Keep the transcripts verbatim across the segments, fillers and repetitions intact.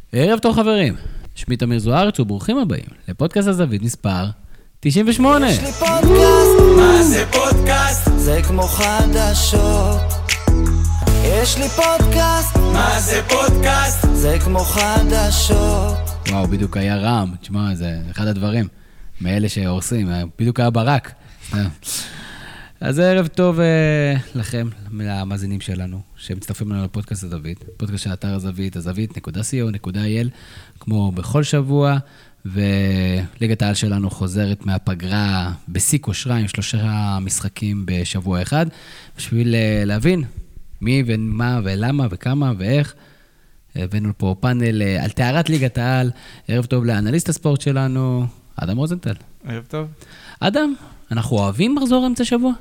ערב טוב חברים, שמי תמיר זוארץ וברוכים הבאים לפודקאסט הזווית מספר תשעים ושמונה. יש לי פודקאסט, מה זה פודקאסט? זה כמו חדשות. יש לי פודקאסט, מה זה פודקאסט? זה כמו חדשות. וואו, בדיוק היה רם, תשמע, זה אחד הדברים מאלה שהורסים, בדיוק היה ברק. אז ערב טוב לכם, למאזינים שלנו, שמצטרפים לנו לפודקאסט הזווית, פודקאסט של אתר הזווית, הזווית נקודה סי או נקודה איי אל, כמו בכל שבוע, וליגת העל שלנו חוזרת מהפגרה בשיא כושרה עם שלושה משחקים בשבוע אחד, בשביל להבין מי ומה ולמה וכמה ואיך. הבאנו פה פאנל על תארת ליגת העל. ערב טוב לאנליסט הספורט שלנו, אדם רוזנטל. ערב טוב. אדם, אנחנו אוהבים מחזור אמצע שבוע?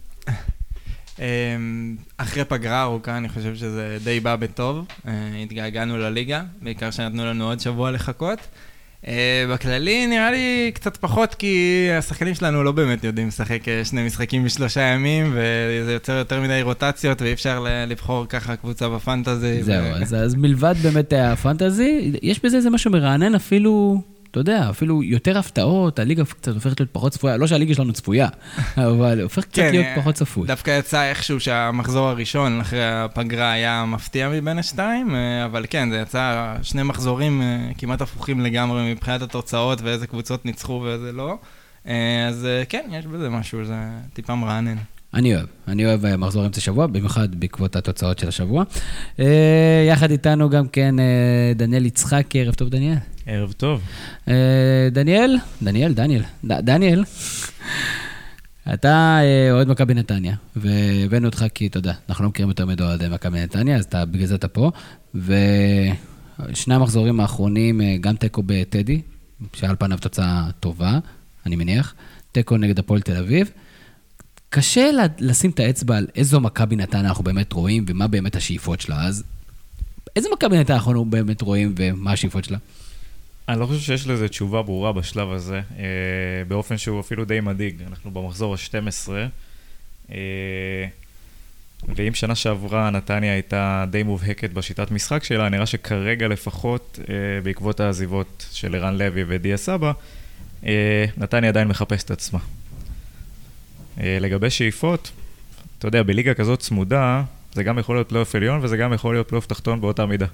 אחרי פגרה ארוכה, אני חושב שזה די בא בטוב. התגעגענו לליגה, בעיקר שנתנו לנו עוד שבוע לחכות. בכללי נראה לי קצת פחות, כי השחקנים שלנו לא באמת יודעים לשחק שני משחקים בשלושה ימים, וזה יוצר יותר מדי רוטציות, ואי אפשר לבחור ככה קבוצה בפנטזי. זהו, אז, אז מלבד באמת הפנטזי, יש בזה איזה משהו מרענן אפילו, אתה יודע, אפילו יותר הפתעות, הליגה קצת הופכת להיות פחות צפויה, לא שהליגה שלנו צפויה, אבל הופכת קצת להיות פחות צפוי. דווקא יצא איכשהו שהמחזור הראשון אחרי הפגרה היה מפתיע מבין השתיים, אבל כן, זה יצא שני מחזורים כמעט הפוכים לגמרי מבחינת התוצאות, ואיזה קבוצות ניצחו ואיזה לא. אז כן, יש בזה משהו, זה טיפה מרענן. אני אוהב, אני אוהב מחזור אמצע שבוע, במיוחד בעקבות התוצאות של השבוע. יחד איתנו גם כן דניאל יצחק, ערב טוב דניאל. ערב טוב. דניאל, דניאל, דניאל, דניאל, אתה אוהד מכבי נתניה, והבאנו אותך כי, אתה יודע, אנחנו לא מכירים יותר מדי אוהדי מכבי נתניה, אז אתה בגלל זה אתה פה, ושני המחזורים האחרונים, גם טקו בטדי, שעל פניו תוצאה טובה, אני מניח, טקו נגד הפועל תל אביב, קשה לשים את האצבע על איזו מכבי נתניה אנחנו באמת רואים, ומה באמת השאיפות שלה, אז איזה מכבי נתניה אנחנו באמת רואים, ומה השאיפות שלה? אני לא חושב שיש לזה תשובה ברורה בשלב הזה, אה, באופן שהוא אפילו די מדאיג. אנחנו במחזור ה-שתים עשרה, אה, ואם שנה שעברה נתניה הייתה די מובהקת בשיטת משחק שלה, נראה שכרגע לפחות, אה, בעקבות העזיבות של ערן לוי ודיה סבא, אה, נתניה עדיין מחפש את עצמה. אה, לגבי שאיפות, אתה יודע, בליגה כזאת צמודה, זה גם יכול להיות פלייאוף עליון, וזה גם יכול להיות פלייאוף תחתון באותה מידה.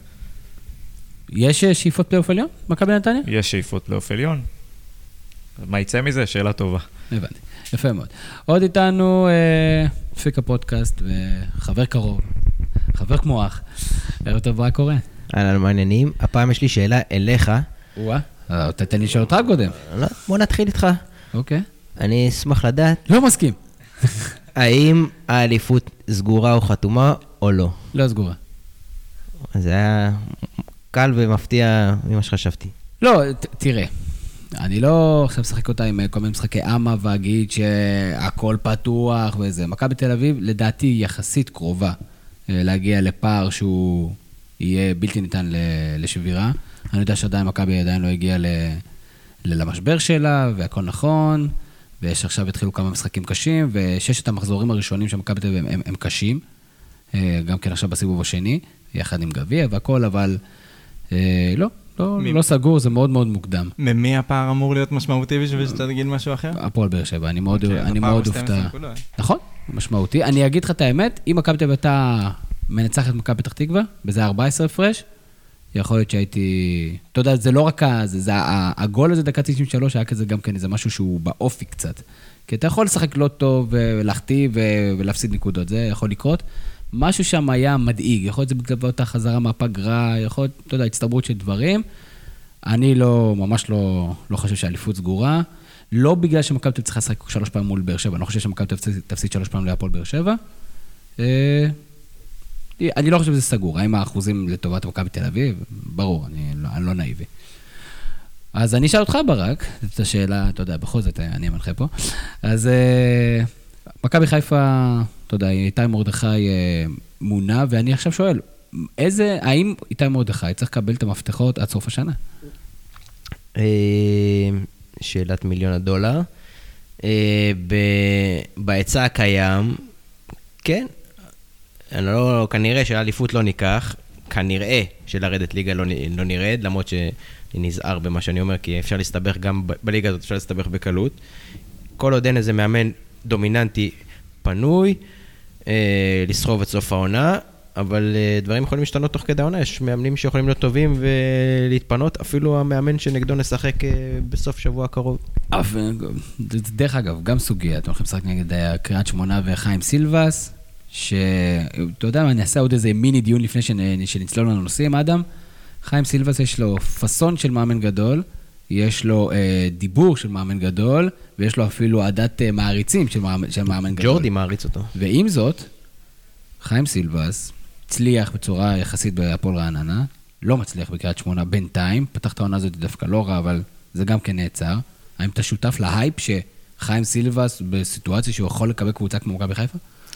יש שאיפות פלייאוף עליון, מכבי נתניה? יש שאיפות פלייאוף עליון. מה יצא מזה? שאלה טובה. הבנתי, יפה מאוד. עוד איתנו מפיק הפודקאסט וחבר קרוב, חבר כמו אח. ערב טוב, מה קורה? אהלן, מעניינים. הפעם יש לי שאלה אליך. וואה, תתן לי שאלה אותך קודם. לא, בוא נתחיל איתך. אוקיי. אני אשמח לדעת. לא מסכים. האם האליפות סגורה או חתומה או לא? לא סגורה. זה היה קל ומפתיע ממה שחשבתי. לא, תראה, אני לא עכשיו משחק אותה עם כל מיני משחקי אמה ואגיד שהכל פתוח וזה. מכבי תל אביב לדעתי יחסית קרובה להגיע לפער שהוא יהיה בלתי ניתן לשבירה. אני יודע שעדיין מכבי עדיין לא הגיע למשבר שלה והכל נכון, ויש עכשיו התחילו כמה משחקים קשים, וששת המחזורים הראשונים של מכבי תל אביב הם, הם קשים, גם כן עכשיו בסיבוב השני, יחד עם גביע והכל, אבל אה, לא, לא, מ... לא סגור, זה מאוד מאוד מוקדם. ממי הפער אמור להיות משמעותי בשביל שאתה תגיד משהו אחר? הפועל באר שבע, אני מאוד, okay, אני מאוד אופתע. נכון, משמעותי. אני אגיד לך את האמת, אם מכבי תל אביב הייתה מנצחת את מכבי פתח תקווה, בזה ארבע עשרה הפרש, יכול להיות שהייתי, אתה יודע, זה לא רק זה, זה הגול הזה דקה תשעים ושלוש, היה כזה גם כן, זה משהו שהוא באופי קצת. כי אתה יכול לשחק לא טוב ולהחטיא ולהפסיד נקודות, זה יכול לקרות. משהו שם היה מדאיג, יכול להיות זה בגלל אותה חזרה מהפגרה, יכול להיות, אתה יודע, הצטברות של דברים. אני לא, ממש לא, לא חושב שהאליפות סגורה, לא בגלל שמכבי תל אביב צריכה לשחק שלוש פעמים מול באר שבע, אני לא חושב שמכבי תל אביב תפסיד שלוש פעמים להפועל באר שבע. אני לא חושב שזה סגור, האם האחוזים לטובת מכבי תל אביב? ברור, אני לא, אני לא נאיבי. אז אני אשאל אותך ברק, זאת השאלה, אתה יודע, בכל זאת, אני אמנחה פה. אז מכבי חיפה, אתה יודע, איתי מרדכי מונה, ואני עכשיו שואל, איזה, האם איתי מרדכי צריך לקבל את המפתחות עד סוף השנה? שאלת מיליון הדולר. בהיצע הקיים, כן, אני לא, כנראה שהאליפות לא ניקח, כנראה שלרדת ליגה לא, לא נרד, למרות שאני נזהר במה שאני אומר, כי אפשר להסתבך גם ב- בליגה הזאת, אפשר להסתבך בקלות. כל עוד אין איזה מאמן דומיננטי פנוי, אה, לסחוב את סוף העונה, אבל אה, דברים יכולים להשתנות תוך כדי העונה, יש מאמנים שיכולים להיות טובים ולהתפנות, אפילו המאמן שנגדו נשחק אה, בסוף שבוע הקרוב. דרך אגב, גם סוגיה, אתם הולכים לשחק נגד קריית שמונה וחיים סילבס, שאתה יודע מה, אני אעשה עוד איזה מיני דיון לפני שנצלול לנו נושאים, אדם. חיים סילבס יש לו פסון של מאמן גדול, יש לו אה, דיבור של מאמן גדול, ויש לו אפילו עדת אה, מעריצים של מאמן, של מאמן גדול. ג'ורדי מעריץ אותו. ועם זאת, חיים סילבס הצליח בצורה יחסית בהפועל רעננה, לא מצליח בקריית שמונה בינתיים, פתח את העונה הזאת דווקא לא רע, אבל זה גם כן נעצר. האם אתה שותף להייפ שחיים סילבס בסיטואציה שהוא יכול לקבל קבוצה כמו מכבי חיפה?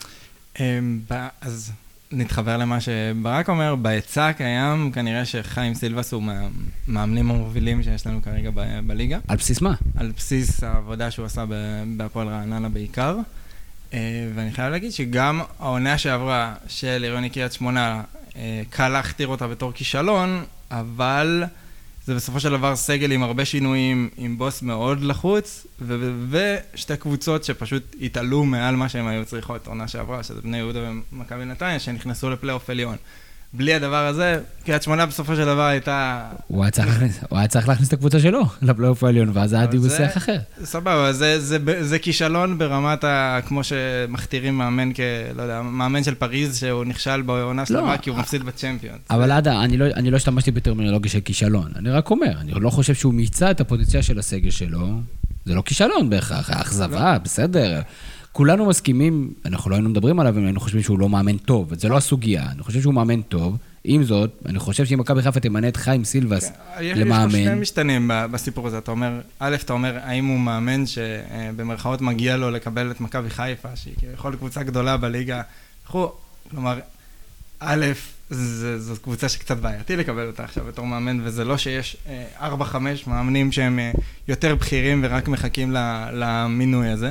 אז נתחבר למה שברק אומר, בהיצע הקיים, כנראה שחיים סילבס הוא מהמאמנים המובילים שיש לנו כרגע ב- בליגה. על בסיס מה? על בסיס העבודה שהוא עשה בהפועל רעננה בעיקר. ואני חייב להגיד שגם העונה שעברה של עירוני קריית שמונה, קל להכתיר אותה בתור כישלון, אבל זה בסופו של דבר סגל עם הרבה שינויים, עם בוס מאוד לחוץ, ו- ושתי קבוצות שפשוט התעלו מעל מה שהם היו צריכות עונה שעברה, שזה בני יהודה ומכבי נתניה, שנכנסו לפלייאוף עליון. בלי הדבר הזה, קריית שמונה בסופו של דבר הייתה... הוא היה צריך להכניס, הוא היה צריך להכניס את הקבוצה שלו לפלייאוף העליון, ואז היה דיבור שיח אחר. סבבה, זה, זה, זה, זה כישלון ברמת ה... כמו שמכתירים מאמן כ... לא יודע, מאמן של פריז שהוא נכשל בעונה שלמה, כי הוא מפסיד בצ'מפיון. אבל עדה, אני לא, אני לא השתמשתי בטרמינולוגיה של כישלון. אני רק אומר, אני לא חושב שהוא מיצה את הפוטנציאל של הסגל שלו. זה לא כישלון בהכרח, האכזבה, בסדר. כולנו מסכימים, אנחנו לא היינו מדברים עליו, אבל היינו חושבים שהוא לא מאמן טוב, זה לא הסוגיה, אני חושב שהוא מאמן טוב, עם זאת, אני חושב שאם מכבי חיפה תמנה את חיים סילבס למאמן... יש פה שני משתנים בסיפור הזה, אתה אומר, א', אתה אומר, האם הוא מאמן שבמרכאות מגיע לו לקבל את מכבי חיפה, שהיא כביכול קבוצה גדולה בליגה, כלומר, א', זו קבוצה שקצת בעייתי לקבל אותה עכשיו בתור מאמן, וזה לא שיש ארבע חמש מאמנים שהם יותר בכירים ורק מחכים למינוי הזה.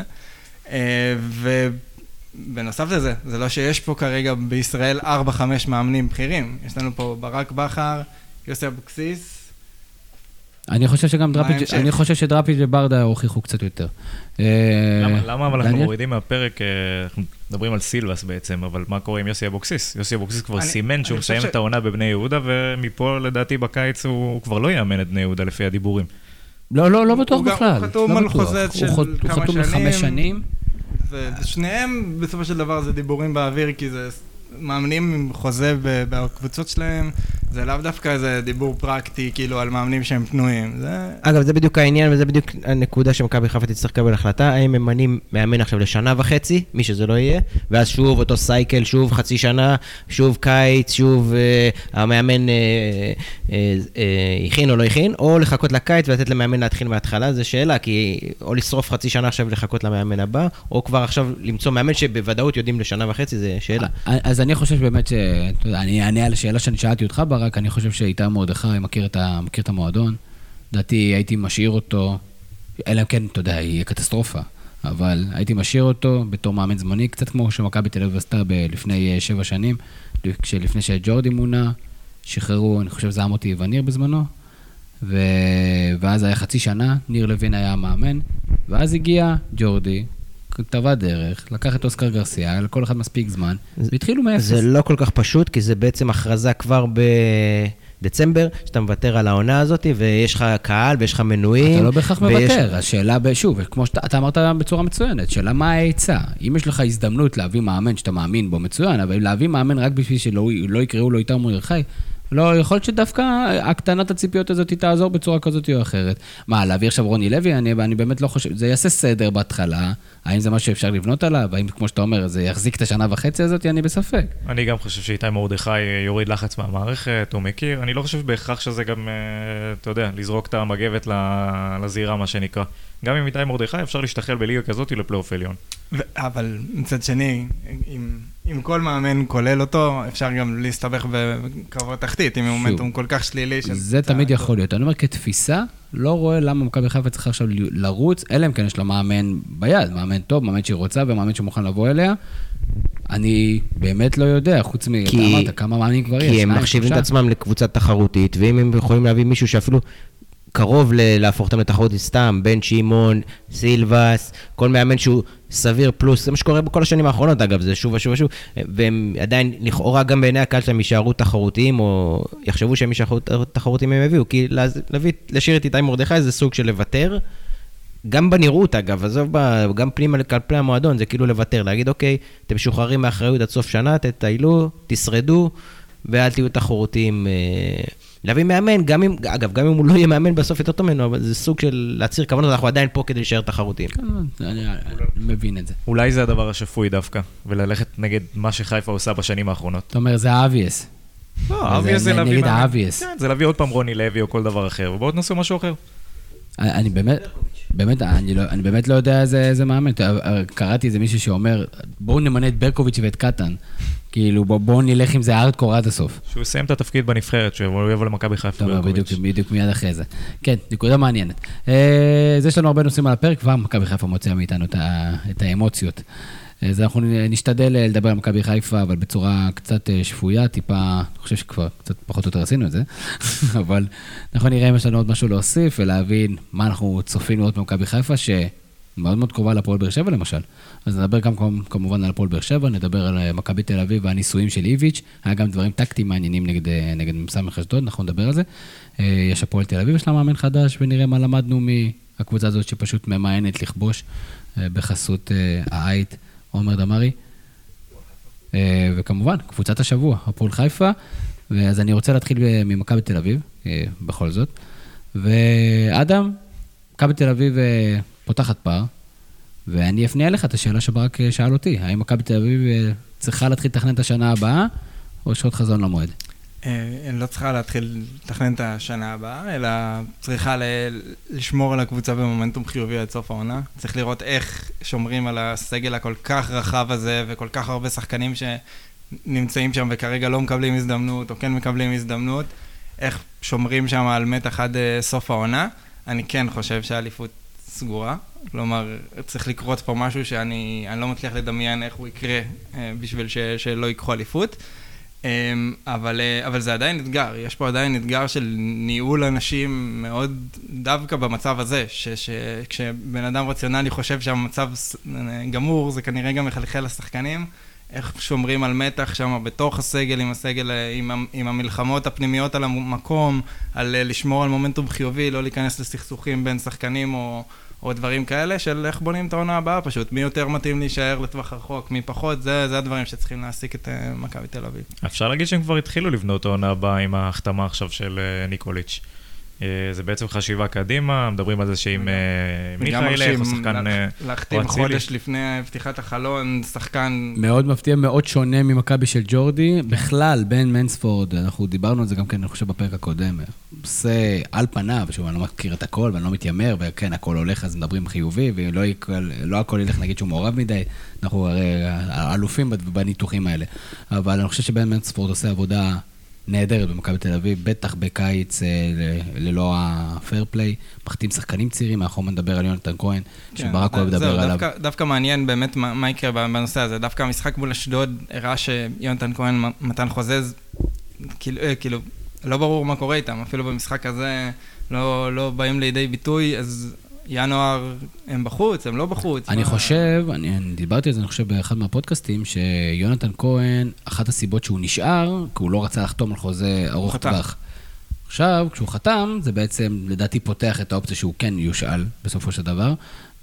ובנוסף לזה, זה לא שיש פה כרגע בישראל ארבע חמש מאמנים בכירים. יש לנו פה ברק בכר, יוסי אבוקסיס. אני חושב שגם דראפיץ', אני חושב שדראפיץ' וברדה הוכיחו קצת יותר. למה אבל אנחנו מורידים מהפרק, אנחנו מדברים על סילבס בעצם, אבל מה קורה עם יוסי אבוקסיס? יוסי אבוקסיס כבר סימן שהוא מסיים את העונה בבני יהודה, ומפה לדעתי בקיץ הוא כבר לא יאמן את בני יהודה לפי הדיבורים. לא, לא, לא בטוח בכלל. הוא חתום על חוזה של כמה שנים. הוא חתום לחמש שנים. ושניהם בסופו של דבר זה דיבורים באוויר, כי זה מאמנים עם חוזה בקבוצות שלהם, זה לאו דווקא איזה דיבור פרקטי, כאילו על מאמנים שהם פנויים. אגב, זה בדיוק העניין, וזה בדיוק הנקודה שמכבי חיפה תצטרך לקבל החלטה, האם ממנים מאמן עכשיו לשנה וחצי, מי שזה לא יהיה, ואז שוב אותו סייקל, שוב חצי שנה, שוב קיץ, שוב המאמן הכין או לא הכין, או לחכות לקיץ ולתת למאמן להתחיל מההתחלה, זו שאלה, כי או לשרוף חצי שנה עכשיו לחכות למאמן הבא, או כבר עכשיו למצוא מאמן שבוודאות יודעים לשנה וחצי, זו שאלה. אז אני חושב באמת ש... אני אענה על השאלה שאני שאלתי אותך, ברק, אני חושב שאיתי מרדכי מכיר את, ה... מכיר את המועדון. דעתי, הייתי משאיר אותו, אלא כן, אתה יודע, היא קטסטרופה, אבל הייתי משאיר אותו בתור מאמן זמני, קצת כמו שמכבי תל אביב עשתה לפני שבע שנים, לפני שג'ורדי מונה, שחררו, אני חושב שזה היה מוטי וניר בזמנו, ו... ואז היה חצי שנה, ניר לוין היה המאמן, ואז הגיע ג'ורדי, כתבה דרך, לקח את אוסקר גרסיה, לכל אחד מספיק זמן, והתחילו מאפס. זה לא כל כך פשוט, כי זה בעצם הכרזה כבר בדצמבר, שאתה מוותר על העונה הזאת, ויש לך קהל, ויש לך מנויים. אתה לא בהכרח מוותר, השאלה, שוב, כמו שאתה אמרת בצורה מצוינת, שאלה מה ההיצע? אם יש לך הזדמנות להביא מאמן שאתה מאמין בו מצוין, אבל להביא מאמן רק בשביל שלא יקראו לו איתי מרדכי, לא, יכול להיות שדווקא הקטנת הציפיות הזאת תעזור בצורה כזאת או אחרת. מה, להביא עכשיו רוני לוי? אני, אני באמת לא חושב, זה יעשה סדר בהתחלה, האם זה משהו שאפשר לבנות עליו? האם, כמו שאתה אומר, זה יחזיק את השנה וחצי הזאת? אני בספק. אני גם חושב שאיתי מרדכי יוריד לחץ מהמערכת, הוא מכיר. אני לא חושב בהכרח שזה גם, אתה יודע, לזרוק את המגבת לזירה, מה שנקרא. גם עם איתי מרדכי אפשר להשתחל בליגה כזאת לפלייאוף עליון. אבל מצד שני, עם, עם כל מאמן כולל אותו, אפשר גם להסתבך בקרבות תחתית, עם מומנטום כל כך שלילי. זה תמיד יכול להיות. אני אומר, כתפיסה, לא רואה למה מכבי חיפה צריכה עכשיו לרוץ, אלא אם כן יש לה מאמן ביד, מאמן טוב, מאמן שהיא רוצה ומאמן שמוכן לבוא אליה. אני באמת לא יודע, חוץ מ... אתה אמרת, כמה מאמנים כבר יש? כי הם מחשיבים את עצמם לקבוצה תחרותית, ואם הם יכולים להביא מישהו שאפילו קרוב להפוך אותם לתחרותית סתם, בן שימון, סילבס, כל מאמן שהוא סביר פלוס, זה מה שקורה בכל השנים האחרונות, אגב, זה שוב ושוב ושוב, והם עדיין לכאורה גם בעיני הקהל שלהם יישארו תחרותיים, או יחשבו שהם יישארו תחרותיים הם הביאו, כי להביא, לשיר את איתי מרדכי זה סוג של לוותר, גם בנראות, אגב, עזוב, גם פנימה לכלפי המועדון, זה כאילו לוותר, להגיד, אוקיי, אתם משוחררים מאחריות עד סוף שנה, תטיילו, תשרדו, ואל תהיו תחרותיים. להביא מאמן, גם אם, אגב, גם אם הוא לא יהיה מאמן בסוף יותר טוב ממנו, אבל זה סוג של להציר כוונות, אנחנו עדיין פה כדי להישאר תחרותיים. אני מבין את זה. אולי זה הדבר השפוי דווקא, וללכת נגד מה שחיפה עושה בשנים האחרונות. זאת אומרת, זה האבייס. לא, האבייס זה להביא... נגיד האבייס. כן, זה להביא עוד פעם רוני לוי או כל דבר אחר, ובואו תנסו משהו אחר. אני באמת, באמת, אני, לא, אני באמת לא יודע איזה, איזה מאמן. קראתי איזה מישהו שאומר, בואו נמנה את ברקוביץ' ואת קטן. כאילו, בואו בוא נלך עם זה הארדקור עד הסוף. שהוא יסיים את התפקיד בנבחרת, שהוא יבוא למכבי חיפה ברקוביץ'. בדיוק, בדיוק מיד אחרי זה. כן, נקודה מעניינת. אז יש לנו הרבה נושאים על הפרק, כבר מכבי חיפה מוציאה מאיתנו את, את האמוציות. אז אנחנו נשתדל לדבר על מכבי חיפה, אבל בצורה קצת שפויה, טיפה, אני חושב שכבר קצת פחות או יותר עשינו את זה, אבל אנחנו נראה אם יש לנו עוד משהו להוסיף, ולהבין מה אנחנו צופים לראות במכבי חיפה, שמאוד מאוד קרובה לפועל באר שבע למשל. אז נדבר גם כמובן על הפועל באר שבע, נדבר על מכבי תל אביב והניסויים של איביץ', היה גם דברים טקטיים מעניינים נגד, נגד ממסמך אשדוד, אנחנו נדבר על זה. יש הפועל תל אביב, יש לה מאמן חדש, ונראה מה למדנו מהקבוצה הזאת שפשוט ממאנת לכבוש בחסות העית. עומר דמרי, וכמובן, קבוצת השבוע, הפועל חיפה, אז אני רוצה להתחיל ממכבי תל אביב, בכל זאת, ואדם, מכבי תל אביב פותחת פער, ואני אפנה אליך את השאלה שברק שאל אותי, האם מכבי תל אביב צריכה להתחיל לתכנן את השנה הבאה, או יש עוד חזון למועד? אני לא צריכה להתחיל לתכנן את השנה הבאה, אלא צריכה לשמור על הקבוצה במומנטום חיובי עד סוף העונה. צריך לראות איך שומרים על הסגל הכל כך רחב הזה, וכל כך הרבה שחקנים שנמצאים שם וכרגע לא מקבלים הזדמנות, או כן מקבלים הזדמנות, איך שומרים שם על מתח עד סוף העונה. אני כן חושב שהאליפות סגורה, כלומר, צריך לקרות פה משהו שאני לא מצליח לדמיין איך הוא יקרה בשביל שלא יקחו אליפות. אבל, אבל זה עדיין אתגר, יש פה עדיין אתגר של ניהול אנשים מאוד דווקא במצב הזה, שכשבן אדם רציונלי חושב שהמצב גמור, זה כנראה גם מחלחל לשחקנים, איך שומרים על מתח שם בתוך הסגל, עם הסגל, עם, עם המלחמות הפנימיות על המקום, על לשמור על מומנטום חיובי, לא להיכנס לסכסוכים בין שחקנים או... או דברים כאלה של איך בונים את העונה הבאה פשוט, מי יותר מתאים להישאר לטווח רחוק, מי פחות, זה, זה הדברים שצריכים להעסיק את uh, מכבי תל אביב. אפשר להגיד שהם כבר התחילו לבנות העונה הבאה עם ההחתמה עכשיו של uh, ניקוליץ'. Uh, זה בעצם חשיבה קדימה, מדברים על זה שעם uh, מיכה ילך, או שחקן uh, להחתים חודש לפני פתיחת החלון, שחקן... מאוד מפתיע, מאוד שונה ממכבי של ג'ורדי. בכלל, בן מנספורד, אנחנו דיברנו על זה גם כן, אני חושב בפרק הקודם, עושה על פניו, שוב, אני לא מכיר את הכל, ואני לא מתיימר, וכן, הכל הולך, אז מדברים חיובי, ולא לא הכל ילך, נגיד שהוא מעורב מדי, אנחנו הרי אלופים בניתוחים האלה. אבל אני חושב שבן מנספורד עושה עבודה נהדרת במכבי תל אביב, בטח בקיץ ללא הפייר פליי, מחתים שחקנים צעירים, אנחנו נדבר על יונתן כהן, שברק אוהב לדבר עליו. דווקא מעניין באמת מה יקרה בנושא הזה, דווקא המשחק מול אשדוד הראה שיונתן כהן מתן חוזז, כאילו, לא ברור מה קורה איתם, אפילו במשחק הזה לא באים לידי ביטוי, אז ינואר הם בחוץ, הם לא בחוץ. אני חושב, אני דיברתי על זה, אני חושב באחד מהפודקאסטים, שיונתן כהן, אחת הסיבות שהוא נשאר, כי הוא לא רצה לחתום על חוזה ארוך טווח. עכשיו, כשהוא חתם, זה בעצם, לדעתי, פותח את האופציה שהוא כן יושאל בסופו של דבר,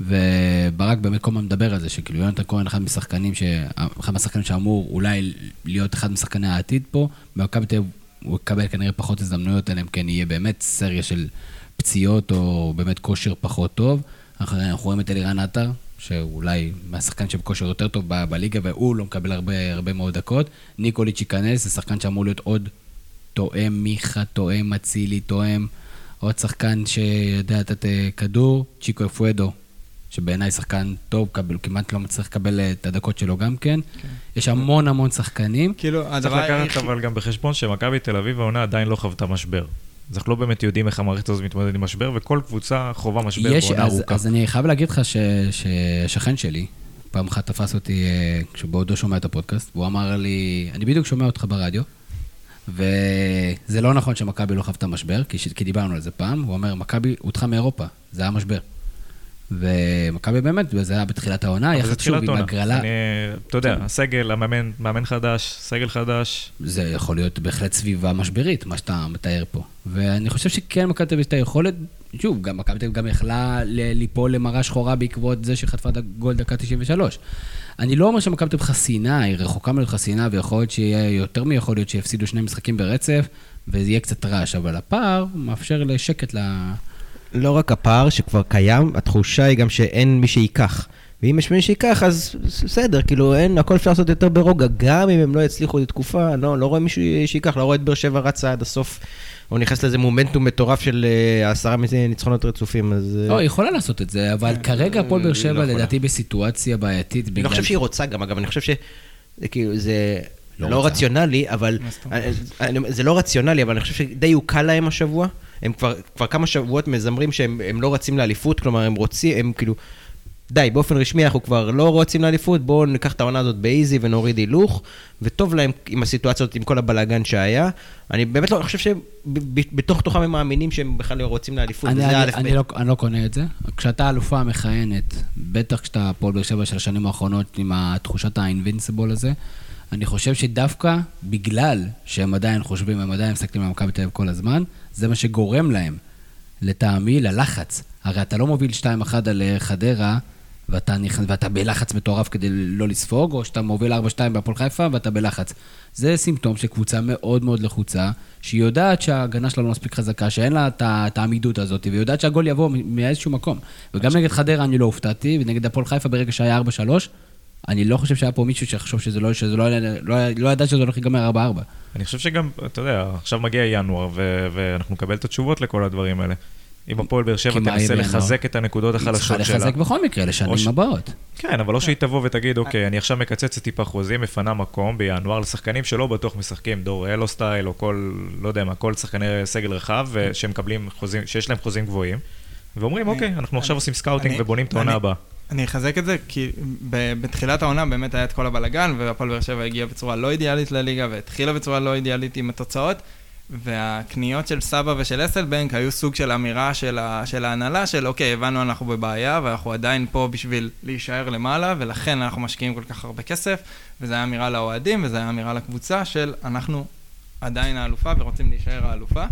וברק באמת כל מה מדבר על זה, שכאילו יונתן כהן, אחד משחקנים, אחד מהשחקנים שאמור אולי להיות אחד משחקני העתיד פה, במכבי תל אביב הוא יקבל כנראה פחות הזדמנויות, אלא אם כן יהיה באמת סריה של פציעות או באמת כושר פחות טוב. אנחנו רואים את אלירן עטר, שאולי מהשחקן שבכושר יותר טוב ב- בליגה, והוא לא מקבל הרבה, הרבה מאוד דקות. ניקוליץ' ייכנס, זה שחקן שאמור להיות עוד תואם מיכה, תואם מצילי, תואם עוד שחקן שיודע לתת כדור, צ'יקו אפואדו, שבעיניי שחקן טוב, קבל, כמעט לא מצליח לקבל את הדקות שלו גם כן. כן. יש המון המון שחקנים. כאילו, צריך לקחת אבל גם בחשבון שמכבי תל אביב העונה עדיין לא חוותה משבר. אז אנחנו לא באמת יודעים איך המערכת הזאת מתמודדת עם משבר, וכל קבוצה חובה משבר בעונה ארוכה. אז אני חייב להגיד לך ששכן שלי, פעם אחת תפס אותי, כשבעודו שומע את הפודקאסט, והוא אמר לי, אני בדיוק שומע אותך ברדיו, וזה לא נכון שמכבי לא חוותה משבר, כי, כי דיברנו על זה פעם, הוא אומר, מכבי הודחה מאירופה, זה היה משבר. ומכבי באמת, זה היה בתחילת העונה, יחד שוב עם הגרלה. אתה יודע, הסגל, המאמן, מאמן חדש, סגל חדש. זה יכול להיות בהחלט סביבה משברית, מה שאתה מתאר פה. ואני חושב שכן מכבי תל אביב את היכולת, שוב, גם מכבי תל אביב גם יכלה ליפול למראה שחורה בעקבות זה שחטפה את הגול דקה תשעים ושלוש. אני לא אומר שמכבי תל אביב חסינה, היא רחוקה מאוד חסינה, ויכול להיות שיהיה יותר מיכול להיות שיפסידו שני משחקים ברצף, וזה יהיה קצת רעש, אבל הפער מאפשר לשקט ל... לא רק הפער שכבר קיים, התחושה היא גם שאין מי שיקח. ואם יש מי שיקח, אז בסדר, כאילו אין, הכל אפשר לעשות יותר ברוגע, גם אם הם לא יצליחו לתקופה, לא, לא רואה מישהו שיקח, לא רואה את באר שבע רצה עד הסוף, או נכנס לזה מומנטום מטורף של עשרה ניצחונות רצופים, אז... לא, היא יכולה לעשות את זה, אבל כרגע הפועל באר שבע לדעתי בסיטואציה בעייתית בגלל... אני חושב שהיא רוצה גם, אגב, אני חושב שזה לא רציונלי, אבל... זה לא רציונלי, אבל אני חושב שדי יוקל להם השבוע. הם כבר, כבר כמה שבועות מזמרים שהם הם לא רצים לאליפות, כלומר הם רוצים, הם כאילו, די, באופן רשמי אנחנו כבר לא רוצים לאליפות, בואו ניקח את העונה הזאת באיזי ונוריד הילוך, וטוב להם עם הסיטואציה הזאת, עם כל הבלגן שהיה. אני באמת לא, אני חושב שבתוך תוכם הם מאמינים שהם בכלל לא רוצים לאליפות. אני, אני, אני, לא, אני לא קונה את זה. כשאתה אלופה המכהנת, בטח כשאתה פועל באר שבע של השנים האחרונות עם התחושת האינבינסיבול הזה, אני חושב שדווקא בגלל שהם עדיין חושבים, הם עדיין מסתכלים על מכבי תל אביב כל הזמן, זה מה שגורם להם, לטעמי, ללחץ. הרי אתה לא מוביל שתיים אחת על חדרה, ואתה, ואתה בלחץ מטורף כדי לא לספוג, או שאתה מוביל ארבע שתיים בהפועל חיפה, ואתה בלחץ. זה סימפטום של קבוצה מאוד מאוד לחוצה, שהיא יודעת שההגנה שלה לא מספיק חזקה, שאין לה את העמידות הזאת, והיא יודעת שהגול יבוא מאיזשהו מקום. וגם נגד חדרה אני לא הופתעתי, ונגד הפועל חיפה ברגע שהיה ארבע שלוש, אני לא חושב שהיה פה מישהו שחשוב שזה לא, שזה לא, לא, לא ידע שזה הולך להיגמר ארבע ארבע. אני חושב שגם, אתה יודע, עכשיו מגיע ינואר, ו- ואנחנו נקבל את התשובות לכל הדברים האלה. אם הפועל באר שבע תנסה לחזק את הנקודות החלשות שלה. היא צריכה לחזק בכל מקרה, לשנים הבאות. כן, אבל לא שהיא תבוא ותגיד, אוקיי, אני עכשיו מקצצת טיפה חוזים, מפנה מקום בינואר לשחקנים שלא בטוח משחקים, דור אלו סטייל, או כל, לא יודע מה, כל שחקני סגל רחב, שהם מקבלים חוזים, שיש להם חוזים גבוהים, ואומרים, אוקיי, אנחנו עכשיו עושים סקאוטינג ובונים את העונה הבאה. אני אחזק את זה, כי בתחילת העונה באמת היה את כל הבלגן, והפועל באר שבע הגיעה בצורה לא אידיאלית לליגה, והתחילה בצורה לא אידיאלית עם התוצאות, והקניות של סבא ושל אסלבנק היו סוג של אמירה של, ה, של ההנהלה, של אוקיי, הבנו אנחנו בבעיה, ואנחנו עדיין פה בשביל להישאר למעלה, ולכן אנחנו משקיעים כל כך הרבה כסף, וזה היה אמירה לאוהדים, וזה היה אמירה לקבוצה של אנחנו עדיין האלופה, ורוצים להישאר האלופה,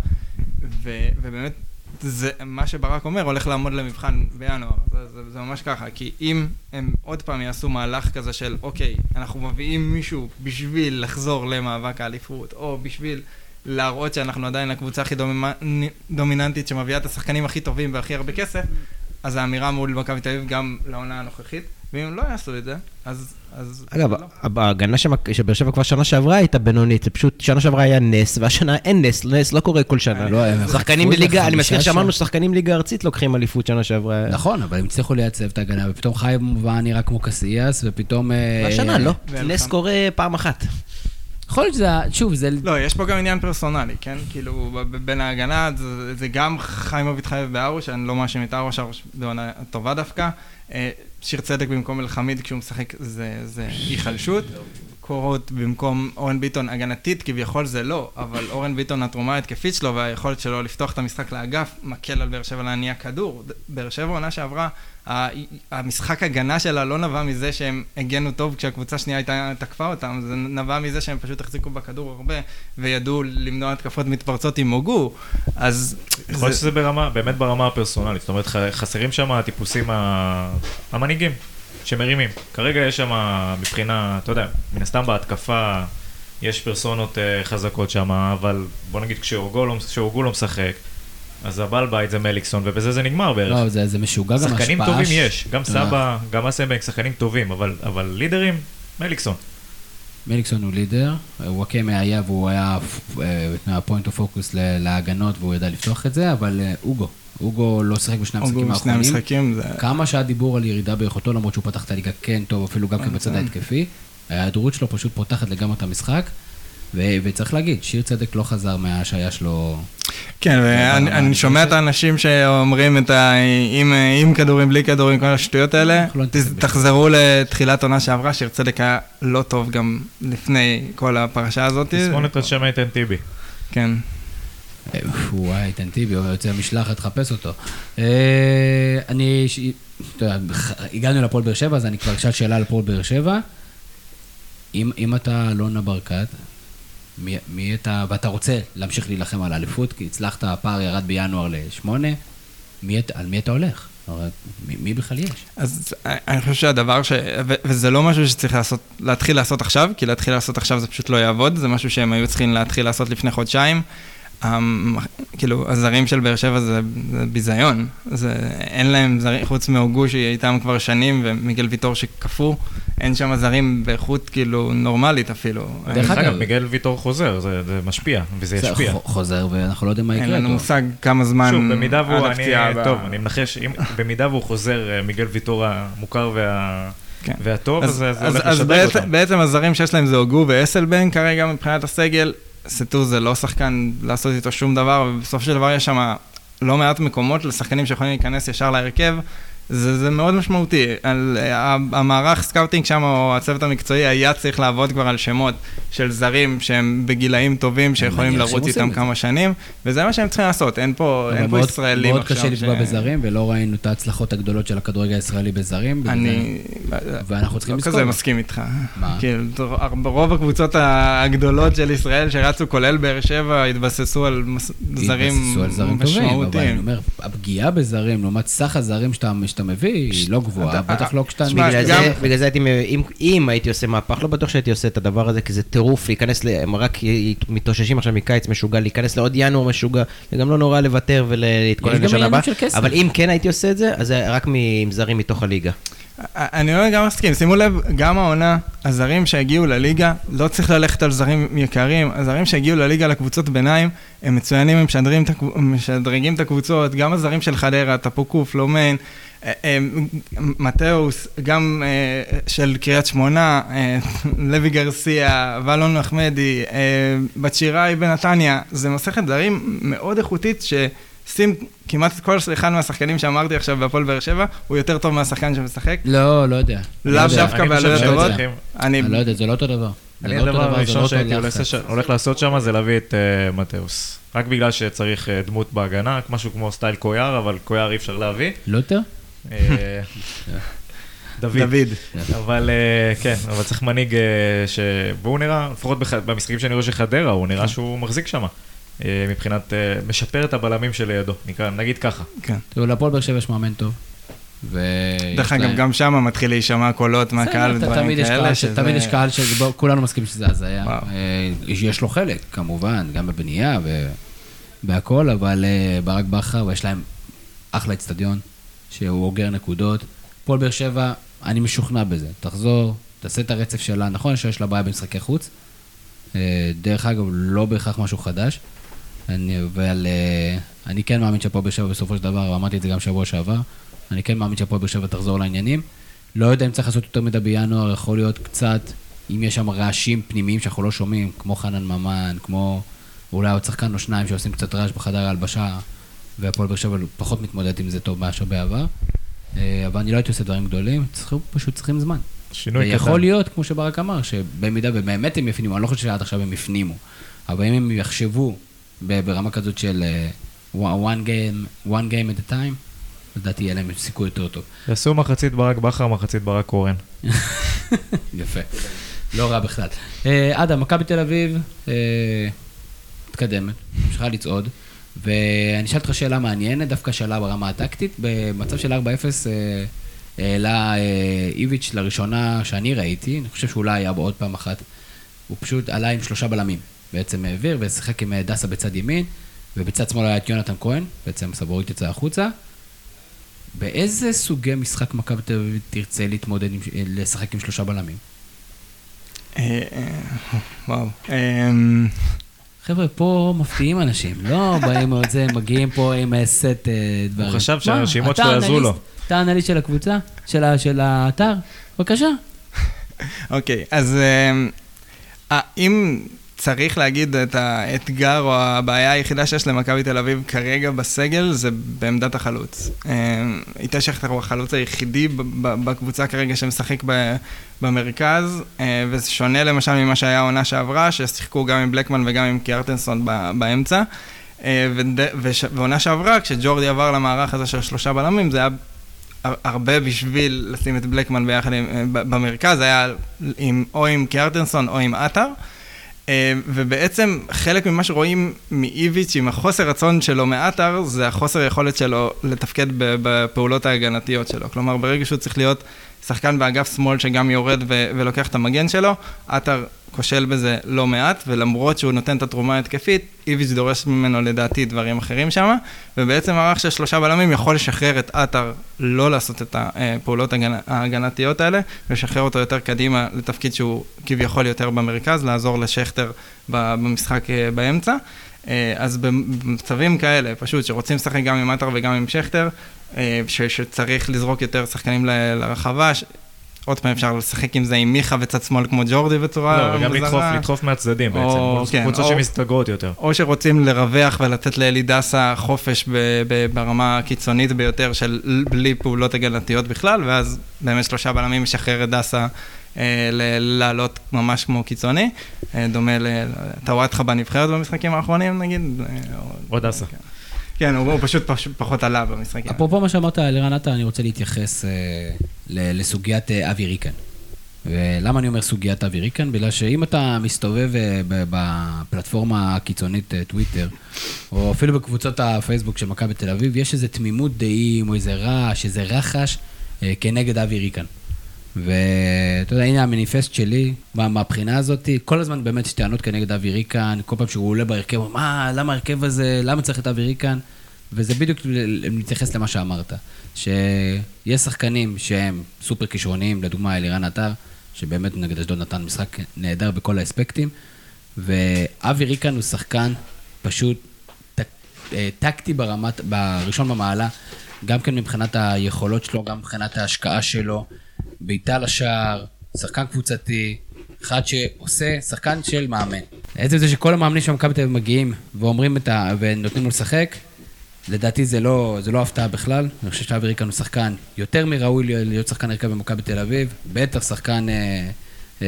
ו, ובאמת, זה, מה שברק אומר, הולך לעמוד למבחן בינואר. זה, זה, זה ממש ככה, כי אם הם עוד פעם יעשו מהלך כזה של, אוקיי, אנחנו מביאים מישהו בשביל לחזור למאבק האליפות, או בשביל להראות שאנחנו עדיין הקבוצה הכי דומיננטית שמביאה את השחקנים הכי טובים והכי הרבה כסף, אז האמירה מול מכבי תל אביב גם לעונה הנוכחית, ואם הם לא יעשו את זה, אז... אז אגב, לא. ההגנה שבאר שבע כבר שנה שעברה הייתה בינונית, זה פשוט שנה שעברה היה נס, והשנה אין נס, נס לא קורה כל שנה. שחקנים בליגה, אני מזכיר שאמרנו ששחקנים ליגה ארצית לוקחים אליפות שנה שעברה. נכון, אבל הם הצליחו לייצב את ההגנה, ופתאום חיים מובן נראה כמו קסיאס, ופתאום... השנה לא, נס קורה פעם אחת. יכול להיות שזה, שוב, זה... לא, יש פה גם עניין פרסונלי, כן? כאילו, בין ההגנה, זה, זה גם חיימוב התחייב בארוש, שאני לא מאשים את ארוש, ארוש בעונה טובה דווקא. שיר צדק במקום אלחמיד כשהוא משחק, זה, זה היחלשות. קורות במקום אורן ביטון הגנתית, כביכול זה לא, אבל אורן ביטון התרומה התקפית שלו, והיכולת שלו לפתוח את המשחק לאגף, מקל על באר שבע להניע כדור. באר שבע עונה שעברה, המשחק הגנה שלה לא נבע מזה שהם הגנו טוב כשהקבוצה שנייה הייתה תקפה אותם, זה נבע מזה שהם פשוט החזיקו בכדור הרבה, וידעו למנוע התקפות מתפרצות עם מוגו, אז... יכול להיות שזה ברמה, באמת ברמה הפרסונלית, זאת אומרת, חסרים שם הטיפוסים המנהיגים. שמרימים. כרגע יש שם מבחינה, אתה יודע, מן הסתם בהתקפה יש פרסונות חזקות שם, אבל בוא נגיד כשאורגול לא משחק, אז הבעל בית זה מליקסון, ובזה זה נגמר בערך. לא, זה, זה משוגע גם השפעה. שחקנים טובים יש, גם סבא, גם אסלבנק, שחקנים טובים, אבל, אבל לידרים, מליקסון. מליקסון הוא לידר, הוא הקם היה והוא היה הפוינט אוף פוקוס להגנות, והוא ידע לפתוח את זה, אבל אוגו. אוגו לא שחק בשני המשחקים האחרונים. כמה שהיה דיבור על ירידה ביכולתו, למרות שהוא פתח את הליגה כן טוב, אפילו גם כן בצד ההתקפי. ההיעדרות שלו פשוט פותחת לגמרי את המשחק. וצריך להגיד, שיר צדק לא חזר מהשעיה שלו. כן, ואני שומע את האנשים שאומרים את ה... עם כדורים, בלי כדורים, כל השטויות האלה, תחזרו לתחילת עונה שעברה, שיר צדק היה לא טוב גם לפני כל הפרשה הזאת. תסמונת על שם איתן טיבי. כן. הוא היה איתן טיבי, הוא יוצא משלחת, תחפש אותו. אני... הגענו לפועל באר שבע, אז אני כבר אשאל שאלה על פועל באר שבע. אם אתה לא נברקת, מי, מי אתה, ואתה רוצה להמשיך להילחם על האליפות, כי הצלחת, הפער ירד בינואר לשמונה, מי, על מי אתה הולך? מי, מי בכלל יש? אז אני חושב שהדבר ש... ו- וזה לא משהו שצריך לעשות, להתחיל לעשות עכשיו, כי להתחיל לעשות עכשיו זה פשוט לא יעבוד, זה משהו שהם היו צריכים להתחיל לעשות לפני חודשיים. כאילו, הזרים של באר שבע זה ביזיון, אין להם זרים, חוץ מהוגו שהיא איתם כבר שנים, ומיגל ויטור שקפו, אין שם זרים באיכות כאילו נורמלית אפילו. דרך אגב, מיגל ויטור חוזר, זה משפיע, וזה ישפיע. חוזר, ואנחנו לא יודעים מה יקרה. אין לנו מושג כמה זמן... שוב, במידה והוא, טוב, אני מנחש, במידה והוא חוזר, מיגל ויטור המוכר והטוב, אז זה הולך לשדרג אותם. אז בעצם הזרים שיש להם זה הוגו ואסלבן, כרגע מבחינת הסגל, סטור זה לא שחקן לעשות איתו שום דבר, ובסוף של דבר יש שם לא מעט מקומות לשחקנים שיכולים להיכנס ישר להרכב, זה, זה מאוד משמעותי. על, המערך סקאוטינג שם, או הצוות המקצועי, היה צריך לעבוד כבר על שמות של זרים שהם בגילאים טובים, שיכולים לרוץ איתם כמה שנים, וזה מה שהם צריכים לעשות. אין פה, אין פה ישראלים עכשיו. מאוד קשה לפגוע בזרים, ולא ראינו את ההצלחות הגדולות של הכדורגל הישראלי בזרים. אני... ואנחנו צריכים לזכור. לא כזה מסכים איתך. מה? כאילו, רוב הקבוצות הגדולות של ישראל שרצו, כולל באר שבע, התבססו על זרים משמעותיים. אבל אני אומר, הפגיעה בזרים, לעומת סך הזרים שאתה אתה מביא, היא לא גבוהה, בטח לא כשאתה... בגלל זה הייתי, אם הייתי עושה מהפך, לא בטוח שהייתי עושה את הדבר הזה, כי זה טירוף להיכנס, הם רק מתאוששים עכשיו מקיץ משוגע, להיכנס לעוד ינואר משוגע, זה גם לא נורא לוותר ולהתכונן לשנה הבאה, אבל אם כן הייתי עושה את זה, אז זה רק עם זרים מתוך הליגה. אני לא גם מסכים, שימו לב, גם העונה, הזרים שהגיעו לליגה, לא צריך ללכת על זרים יקרים, הזרים שהגיעו לליגה לקבוצות ביניים, הם מצוינים, הם משדרגים את הקבוצות, גם הזרים של חדרה, טפוקו, פלומיין, מתאוס, גם של קריית שמונה, לוי גרסיה, ולון מחמדי, בת שיראי בנתניה, זה מסכת זרים מאוד איכותית ששים כמעט את כל אחד מהשחקנים שאמרתי עכשיו בהפועל באר שבע, הוא יותר טוב מהשחקן שמשחק. לא, לא יודע. לאו דווקא בעלויות טובות. אני לא יודע, זה לא אותו דבר. אני הדבר הראשון שהייתי הולך לעשות שם זה להביא את מתאוס. רק בגלל שצריך דמות בהגנה, משהו כמו סטייל קויאר, אבל קויאר אי אפשר להביא. לא יותר? דוד. אבל כן, אבל צריך מנהיג שבו הוא נראה, לפחות במשחקים שאני רואה שחדרה, הוא נראה שהוא מחזיק שם. מבחינת, משפר את הבלמים שלידו, נגיד ככה. כן. תראו, לפועל באר שבע יש מאמן טוב. דרך אגב, גם שם מתחיל להישמע קולות מהקהל ודברים כאלה. תמיד יש קהל שכולנו מסכים שזה הזיה. יש לו חלק, כמובן, גם בבנייה ובהכל, אבל ברק בכר, ויש להם אחלה אצטדיון, שהוא אוגר נקודות. הפועל באר שבע, אני משוכנע בזה. תחזור, תעשה את הרצף שלה. נכון שיש לה בעיה במשחקי חוץ. דרך אגב, לא בהכרח משהו חדש. אבל אני כן מאמין שהפועל באר שבע בסופו של דבר, ואמרתי את זה גם שבוע שעבר, אני כן מאמין שהפועל באר שבע תחזור לעניינים. לא יודע אם צריך לעשות יותר מדי בינואר, יכול להיות קצת, אם יש שם רעשים פנימיים שאנחנו לא שומעים, כמו חנן ממן, כמו אולי עוד שחקן או שניים שעושים קצת רעש בחדר ההלבשה, והפועל באר שבע פחות מתמודד עם זה טוב מאשר בעבר. אבל אני לא הייתי עושה דברים גדולים, פשוט צריכים זמן. ויכול להיות, כמו שברק אמר, שבמידה ובאמת הם יפנימו, אני לא חושב שעד עכשיו הם יפנימו, אבל אם הם יחשבו ברמה כזאת של one game, one game at a time, לדעתי יהיה להם סיכוי יותר טוב. יעשו מחצית ברק בכר, מחצית ברק קורן. יפה. לא רע בכלל. אדם, מכבי תל אביב, התקדמת, ממשיכה לצעוד, ואני אשאל אותך שאלה מעניינת, דווקא שאלה ברמה הטקטית, במצב של ארבע אפס העלה איביץ' לראשונה שאני ראיתי, אני חושב שאולי היה בו עוד פעם אחת, הוא פשוט עלה עם שלושה בלמים, בעצם העביר ושיחק עם דסה בצד ימין, ובצד שמאל היה את יונתן כהן, בעצם סבורית יצא החוצה. באיזה סוגי משחק מכבי תל אביב תרצה להתמודד, לשחק עם שלושה בלמים? וואו. חבר'ה, פה מפתיעים אנשים, לא באים עוד זה, מגיעים פה עם סט דברים. הוא חשב שהרשימות שלו יעזרו לו. אתה אנליסט של הקבוצה, של האתר, בבקשה. אוקיי, אז אם צריך להגיד את האתגר או הבעיה היחידה שיש למכבי תל אביב כרגע בסגל, זה בעמדת החלוץ. איתי שכטר הוא החלוץ היחידי בקבוצה כרגע שמשחק במרכז, וזה שונה למשל ממה שהיה העונה שעברה, ששיחקו גם עם בלקמן וגם עם קיארטנסון באמצע, ועונה שעברה, כשג'ורדי עבר למערך הזה של שלושה בלמים, זה היה הרבה בשביל לשים את בלקמן ביחד במרכז, היה עם, או עם קיארטנסון או עם אתר, ובעצם חלק ממה שרואים מאיביץ' עם החוסר רצון שלו מאתר, זה החוסר יכולת שלו לתפקד בפעולות ההגנתיות שלו. כלומר, ברגע שהוא צריך להיות שחקן באגף שמאל שגם יורד ו- ולוקח את המגן שלו, אתר כושל בזה לא מעט, ולמרות שהוא נותן את התרומה ההתקפית, איביץ' דורש ממנו לדעתי דברים אחרים שם, ובעצם מערך של שלושה בלמים יכול לשחרר את אתר לא לעשות את הפעולות ההגנתיות האלה, ולשחרר אותו יותר קדימה לתפקיד שהוא כביכול יותר במרכז, לעזור לשכטר במשחק באמצע. אז במצבים כאלה, פשוט שרוצים לשחק גם עם אתר וגם עם שכטר, שצריך לזרוק יותר שחקנים לרחבה, עוד פעם אפשר לשחק עם זה עם מיכה וצד שמאל כמו ג'ורדי בצורה מוזרה. לא, גם לדחוף מהצדדים בעצם, קבוצות שמסתגרות יותר. או שרוצים לרווח ולתת לאלי דסה חופש ברמה הקיצונית ביותר של בלי פעולות הגנתיות בכלל, ואז באמת שלושה בלמים משחרר את דסה לעלות ממש כמו קיצוני, דומה לטוואטחה בנבחרת במשחקים האחרונים נגיד. או דסה. כן, הוא פשוט פחות עלה במשחקים. אפרופו מה שאמרת על ערן עטר, אני רוצה להתייחס לסוגיית אבי ריקן. ולמה אני אומר סוגיית אבי ריקן? בגלל שאם אתה מסתובב בפלטפורמה הקיצונית טוויטר, או אפילו בקבוצות הפייסבוק של מכבי תל אביב, יש איזו תמימות דעים, או איזה רעש, איזה רחש, כנגד אבי ריקן. ואתה יודע, הנה המניפסט שלי, מהבחינה הזאת, כל הזמן באמת יש טענות כנגד אבי ריקן, כל פעם שהוא עולה בהרכב, מה, למה הרכב הזה, למה צריך את אבי ריקן? וזה בדיוק מתייחס למה שאמרת, שיש שחקנים שהם סופר כישרוניים, לדוגמה אלירן עטר, שבאמת נגד אשדוד נתן משחק נהדר בכל האספקטים, ואבי ריקן הוא שחקן פשוט טקטי ברמת, בראשון במעלה, גם כן מבחינת היכולות שלו, גם מבחינת ההשקעה שלו, ביתה לשער, שחקן קבוצתי, אחד שעושה, שחקן של מאמן. עצם זה שכל המאמנים של מכבי תל אביב מגיעים ואומרים את ה... ונותנים לו לשחק, לדעתי זה לא, זה לא הפתעה בכלל. אני חושב שאבי ריקן הוא שחקן יותר מראוי להיות שחקן הרכב במכבי תל אביב, בטח שחקן, אה, אה,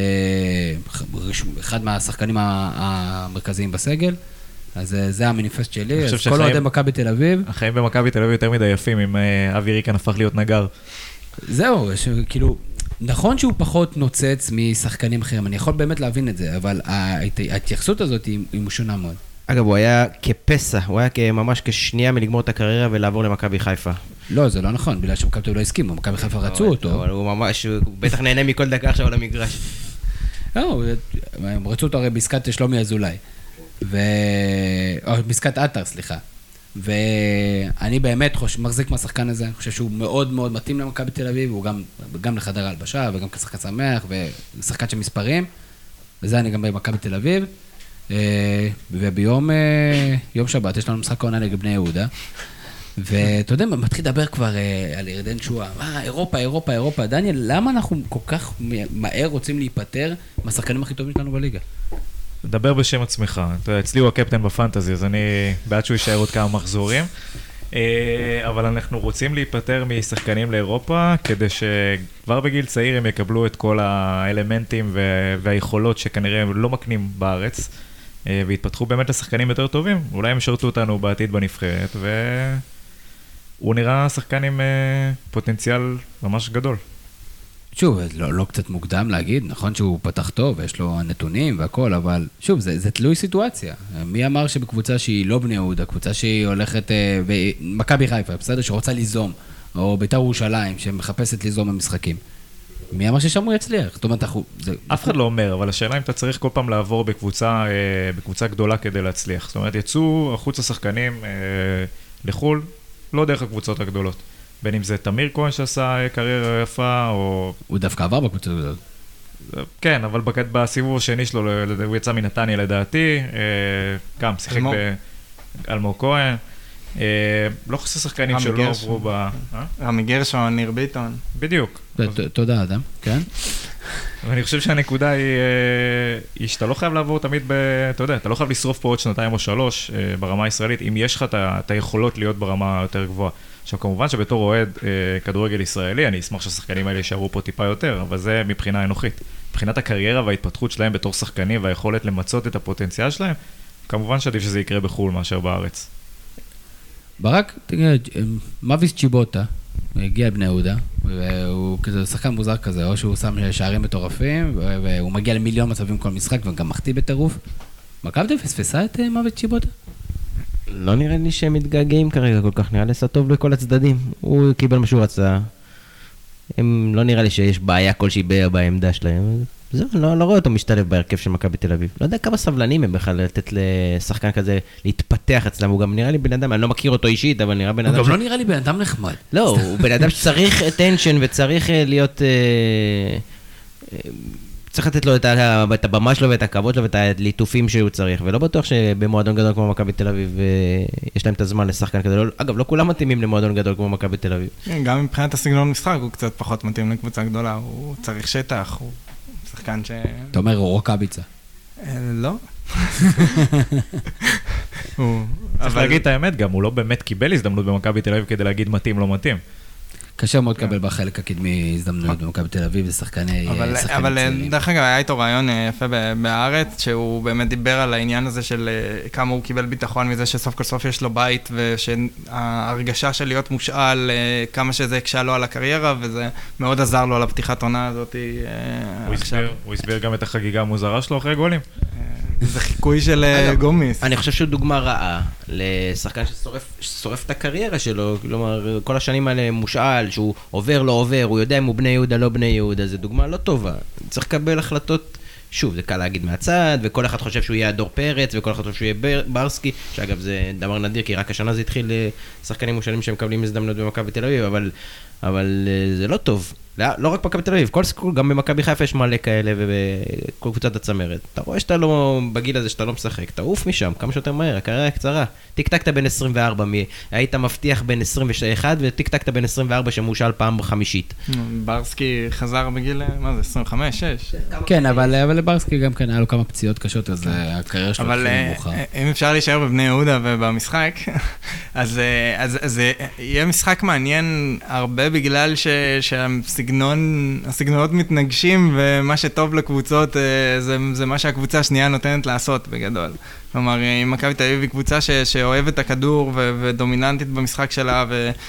אחד מהשחקנים המרכזיים בסגל. אז זה המניפסט שלי, אז כל אוהדי מכבי תל אביב. החיים במכבי תל אביב יותר מדי יפים, אם אבי ריקן הפך להיות נגר. זהו, כאילו, נכון שהוא פחות נוצץ משחקנים אחרים, אני יכול באמת להבין את זה, אבל ההתייחסות הזאת היא משונה מאוד. אגב, הוא היה כפסע, הוא היה ממש כשנייה מלגמור את הקריירה ולעבור למכבי חיפה. לא, זה לא נכון, בגלל שמכבי תל אביב לא הסכימו, מכבי חיפה רצו אותו. אבל הוא ממש, הוא בטח נהנה מכל דקה עכשיו על המגרש. לא, הם רצו אותו הרי בעסקת שלומי אזולאי, או בעסקת עטר, סליחה. ואני באמת חושב, מחזיק מהשחקן הזה, אני חושב שהוא מאוד מאוד מתאים למכבי תל אביב, הוא גם, גם לחדר ההלבשה וגם כשחקן שמח ושחקן של מספרים, וזה אני גם במכבי תל אביב. וביום יום שבת יש לנו משחק העונה נגד בני יהודה, ואתה יודע, מתחיל לדבר כבר על ירדן שואה, מה, אירופה, אירופה, אירופה. דניאל, למה אנחנו כל כך מהר רוצים להיפטר מהשחקנים הכי טובים שלנו בליגה? דבר בשם עצמך. אצלי הוא הקפטן בפנטזי, אז אני בעד שהוא יישאר עוד כמה מחזורים. אבל אנחנו רוצים להיפטר משחקנים לאירופה, כדי שכבר בגיל צעיר הם יקבלו את כל האלמנטים והיכולות שכנראה לא מקנים בארץ, והתפתחו באמת לשחקנים יותר טובים. אולי הם שרתו אותנו בעתיד בנבחרת, והוא נראה שחקן עם פוטנציאל ממש גדול. שוב, לא, לא קצת מוקדם להגיד, נכון שהוא פתח טוב, יש לו נתונים והכל, אבל שוב, זה, זה תלוי סיטואציה. מי אמר שבקבוצה שהיא לא בני יהודה, קבוצה שהיא הולכת, מכבי חיפה, בסדר, שרוצה ליזום, או בית"ר ירושלים, שמחפשת ליזום במשחקים. מי אמר ששם הוא יצליח? זאת אומרת, זה... אף אחד לא אומר, אבל השאלה אם אתה צריך כל פעם לעבור בקבוצה, בקבוצה גדולה כדי להצליח. זאת אומרת, יצאו החוץ השחקנים לחול, לא דרך הקבוצות הגדולות. בין אם זה תמיר כהן שעשה קריירה יפה, או... הוא דווקא עבר בקבוצות גדולות. כן, אבל בסיבוב השני שלו, הוא יצא מנתניה לדעתי, גם שיחק באלמוג כהן. לא חסר שחקנים שלא עברו ב... רמי גרשון, ניר ביטון. בדיוק. תודה, אדם, כן. ואני חושב שהנקודה היא, היא שאתה לא חייב לעבור תמיד, ב, אתה יודע, אתה לא חייב לשרוף פה עוד שנתיים או שלוש ברמה הישראלית, אם יש לך את היכולות להיות ברמה יותר גבוהה. עכשיו, כמובן שבתור אוהד כדורגל ישראלי, אני אשמח שהשחקנים האלה יישארו פה טיפה יותר, אבל זה מבחינה אנוכית. מבחינת הקריירה וההתפתחות שלהם בתור שחקנים והיכולת למצות את הפוטנציאל שלהם, כמובן שעדיף שזה יקרה בחול מאשר בארץ. ברק, תגיד, מביס צ'יבוטה, הוא הגיע לבני יהודה, והוא כזה שחקן מוזר כזה, או שהוא שם שערים מטורפים, והוא מגיע למיליון מצבים כל משחק, וגם מחטיא בטירוף. מכבי פספסה את מביס צ'יבוטה? לא נראה לי שהם מתגעגעים כרגע כל כך, נראה לי טוב לכל הצדדים. הוא קיבל מה שהוא רצה. הם, לא נראה לי שיש בעיה כלשהי בעמדה שלהם. זהו, לא, לא רואה אותו משתלב בהרכב של מכבי תל אביב. לא יודע כמה סבלנים הם בכלל לתת לשחקן כזה להתפתח אצלם. הוא גם נראה לי בן אדם, אני לא מכיר אותו אישית, אבל נראה בן אדם... הוא גם לא נראה לי בן אדם נחמד. לא, הוא בן אדם שצריך attention וצריך להיות... צריך לתת לו את הבמה שלו ואת הכבוד שלו ואת הליטופים שהוא צריך, ולא בטוח שבמועדון גדול כמו מכבי תל אביב יש להם את הזמן לשחקן כזה. אגב, לא כולם מתאימים למועדון גדול כמו מכבי תל אביב. גם מבחינת הסגנון משחק הוא קצת פחות מתאים לקבוצה גדולה, הוא צריך שטח, הוא שחקן ש... אתה אומר, הוא רוקאביצה. לא. צריך להגיד את האמת, גם הוא לא באמת קיבל הזדמנות במכבי תל אביב כדי להגיד מתאים, לא מתאים. קשה מאוד לקבל בחלק הקדמי הזדמנויות במכבי תל אביב, זה שחקני צעירים. אבל דרך אגב, היה איתו רעיון יפה בארץ, שהוא באמת דיבר על העניין הזה של כמה הוא קיבל ביטחון מזה שסוף כל סוף יש לו בית, ושההרגשה של להיות מושאל, כמה שזה הקשה לו על הקריירה, וזה מאוד עזר לו על הפתיחת עונה הזאת. הוא הסביר גם את החגיגה המוזרה שלו אחרי גולים. זה חיקוי של גומיס. אני חושב שהוא דוגמה רעה לשחקן ששורף את הקריירה שלו, כלומר, כל השנים האלה מושאל, שהוא עובר, לא עובר, הוא יודע אם הוא בני יהודה, לא בני יהודה, זה דוגמה לא טובה. צריך לקבל החלטות, שוב, זה קל להגיד מהצד, וכל אחד חושב שהוא יהיה הדור פרץ, וכל אחד חושב שהוא יהיה ברסקי, שאגב, זה דבר נדיר, כי רק השנה זה התחיל לשחקנים מושאלים שמקבלים הזדמנות במכבי תל אביב, אבל, אבל זה לא טוב. לא, לא רק מכבי תל אביב, כל סקול, גם במכבי חיפה יש מלא כאלה ובכל קבוצת הצמרת. אתה רואה שאתה לא, בגיל הזה שאתה לא משחק, תעוף משם כמה שיותר מהר, הקריירה קצרה. טיק-טקת בין עשרים וארבע, היית מבטיח בין עשרים ואחת וטיק-טקת בין עשרים וארבע שמושל פעם בחמישית. ברסקי חזר בגיל, מה זה, עשרים וחמש, שש? כן, אבל לברסקי גם כן היה לו כמה פציעות קשות, אז הקריירה שלו התחילה מאוחר. אבל אם אפשר להישאר בבני יהודה ובמשחק, אז יהיה משחק מעניין הרבה בגלל שהסגנון, הסגנונות מתנגשים, ומה שטוב לקבוצות זה, זה מה שהקבוצה השנייה נותנת לעשות בגדול. כלומר, אם מכבי תל אביב היא קבוצה ש, שאוהבת את הכדור ו, ודומיננטית במשחק שלה,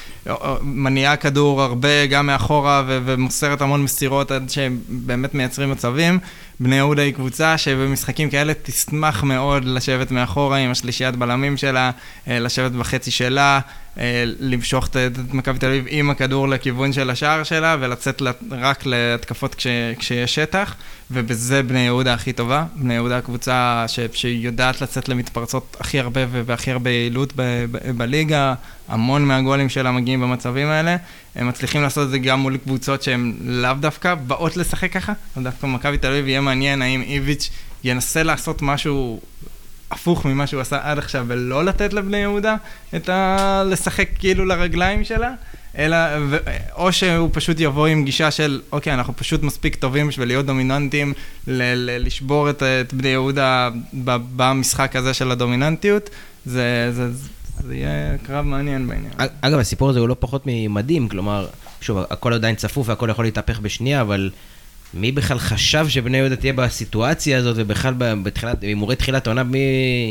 ומניעה כדור הרבה גם מאחורה ו, ומוסרת המון מסירות עד שהם באמת מייצרים מצבים, בני יהודה היא קבוצה שבמשחקים כאלה תשמח מאוד לשבת מאחורה עם השלישיית בלמים שלה, לשבת בחצי שלה, למשוך את מכבי תל אביב עם הכדור לכיוון של השער שלה, ולצאת רק להתקפות כש, כשיש שטח, ובזה בני יהודה הכי טובה. בני יהודה הקבוצה ש, שיודעת לצאת למתפרצות הכי הרבה והכי הרבה יעילות ב, ב, בליגה, המון מהגולים שלה מגיעים במצבים האלה, הם מצליחים לעשות את זה גם מול קבוצות שהן לאו דווקא באות לשחק ככה, דווקא מכבי תל אביב יהיה מעניין האם איביץ' ינסה לעשות משהו הפוך ממה שהוא עשה עד עכשיו, ולא לתת לבני יהודה את ה... לשחק כאילו לרגליים שלה, אלא, ו... או שהוא פשוט יבוא עם גישה של, אוקיי, אנחנו פשוט מספיק טובים בשביל להיות דומיננטים, ל... ל... לשבור את... את בני יהודה ב... במשחק הזה של הדומיננטיות, זה... זה... זה יהיה קרב מעניין בעניין. אגב, הסיפור הזה הוא לא פחות ממדהים, כלומר, שוב, הכל עדיין צפוף והכל יכול להתהפך בשנייה, אבל מי בכלל חשב שבני יהודה תהיה בסיטואציה הזאת, ובכלל בתחילת, במורי תחילת העונה, מי,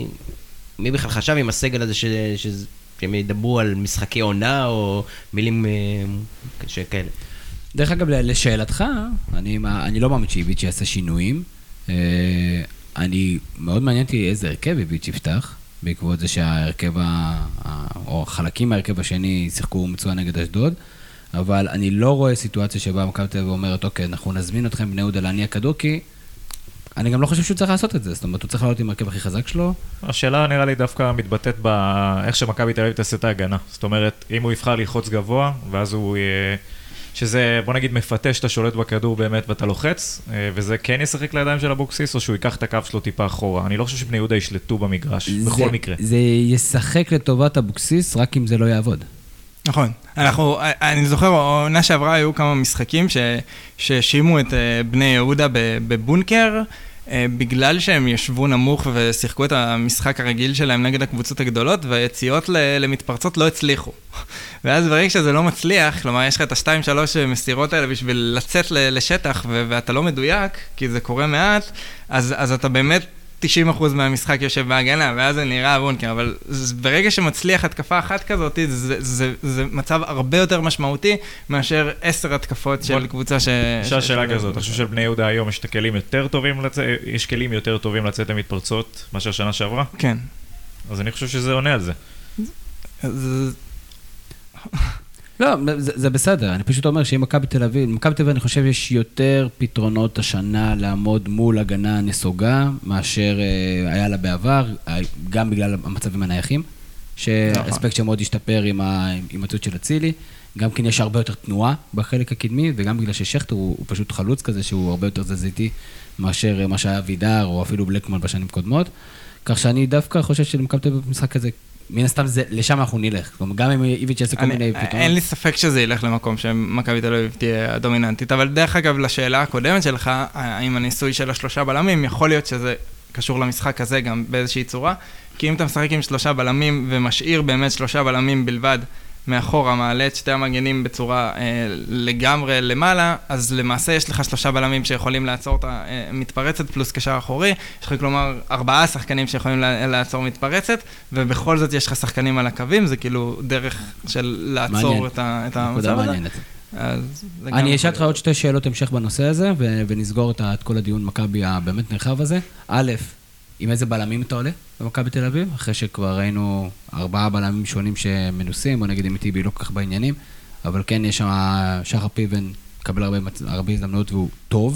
מי בכלל חשב עם הסגל הזה ש, ש, שהם ידברו על משחקי עונה או מילים כאלה? דרך אגב, לשאלתך, אני, אני לא מאמין שאיביץ' יעשה שינויים. אני מאוד מעניינתי איזה הרכב איביץ' יפתח, בעקבות זה שההרכב, או חלקים מההרכב השני שיחקו מצוין נגד אשדוד, אבל אני לא רואה סיטואציה שבה מכבי תל אביב אומרת, אוקיי, אנחנו נזמין אתכם בני יהודה להניע כדור, כי אני גם לא חושב שהוא צריך לעשות את זה, זאת אומרת, הוא צריך לעלות עם הרכב הכי חזק שלו. השאלה נראה לי דווקא מתבטאת באיך שמכבי תל אביב תעשה את ההגנה. זאת אומרת, אם הוא יבחר ללחוץ גבוה, ואז הוא יהיה... שזה, בוא נגיד, מפתה שאתה שולט בכדור באמת ואתה לוחץ, וזה כן ישחק לידיים של אבוקסיס, או שהוא ייקח את הקו שלו טיפה אחורה. אני לא חושב שבני יהודה ישלטו במגרש, בכל מקרה. זה ישחק לטובת אבוקסיס, רק אם זה לא יעבוד. נכון. אנחנו, אני זוכר, העונה שעברה היו כמה משחקים שהשימו את בני יהודה בבונקר, בגלל שהם ישבו נמוך ושיחקו את המשחק הרגיל שלהם נגד הקבוצות הגדולות, והיציאות למתפרצות לא הצליחו. ואז ברגע שזה לא מצליח, כלומר, יש לך את השתיים שלוש מסירות האלה בשביל לצאת לשטח, ואתה לא מדויק, כי זה קורה מעט, אז, אז אתה באמת תשעים אחוז מהמשחק יושב בהגנה, ואז זה נראה בונקר, אבל ברגע שמצליח התקפה אחת כזאת, זה, זה, זה מצב הרבה יותר משמעותי, מאשר עשר התקפות של קבוצה ש... אפשר שאלה כזאת, אני חושב של בני יהודה היום יש את הכלים יותר טובים, יש כלים יותר טובים לצאת למתפרצות, מאשר שנה שעברה? כן. אז אני חושב שזה עונה על זה. זה... לא, זה, זה בסדר, אני פשוט אומר שאם מכבי תל אביב, מכבי תל אביב אני חושב יש יותר פתרונות השנה לעמוד מול הגנה נסוגה, מאשר אה, היה לה בעבר, גם בגלל המצבים הנייחים, שהאספקט שמאוד השתפר עם ההימצאות של אצילי, גם כן יש הרבה יותר תנועה בחלק הקדמי, וגם בגלל ששכטר הוא, הוא פשוט חלוץ כזה, שהוא הרבה יותר זזיתי מאשר מה שהיה וידר, או אפילו בלקמן בשנים קודמות, כך שאני דווקא חושב שלמכבי תל אביב במשחק הזה, מן הסתם זה, לשם אנחנו נלך. גם אם איביץ' יעשה כל מיני פתרונות. אין לי ספק שזה ילך למקום שמכבי תל אביב תהיה הדומיננטית, אבל דרך אגב, לשאלה הקודמת שלך, האם הניסוי של השלושה בלמים, יכול להיות שזה קשור למשחק הזה גם באיזושהי צורה, כי אם אתה משחק עם שלושה בלמים ומשאיר באמת שלושה בלמים בלבד, מאחורה מעלה את שתי המגנים בצורה אה, לגמרי למעלה, אז למעשה יש לך שלושה בלמים שיכולים לעצור את המתפרצת פלוס קשר אחורי, יש לך כלומר ארבעה שחקנים שיכולים לעצור מתפרצת, ובכל זאת יש לך שחקנים על הקווים, זה כאילו דרך של לעצור את, ה, את המצב הזה. אני אשאל לך עוד שתי שאלות המשך בנושא הזה, ו- ונסגור את, את כל הדיון מכבי הבאמת נרחב הזה. א', עם איזה בלמים אתה עולה במכבי תל אביב? אחרי שכבר ראינו ארבעה בלמים שונים שמנוסים, או נגיד עם טיבי לא כל כך בעניינים, אבל כן יש שם שחר פיבן, מקבל הרבה, הרבה הזדמנות והוא טוב.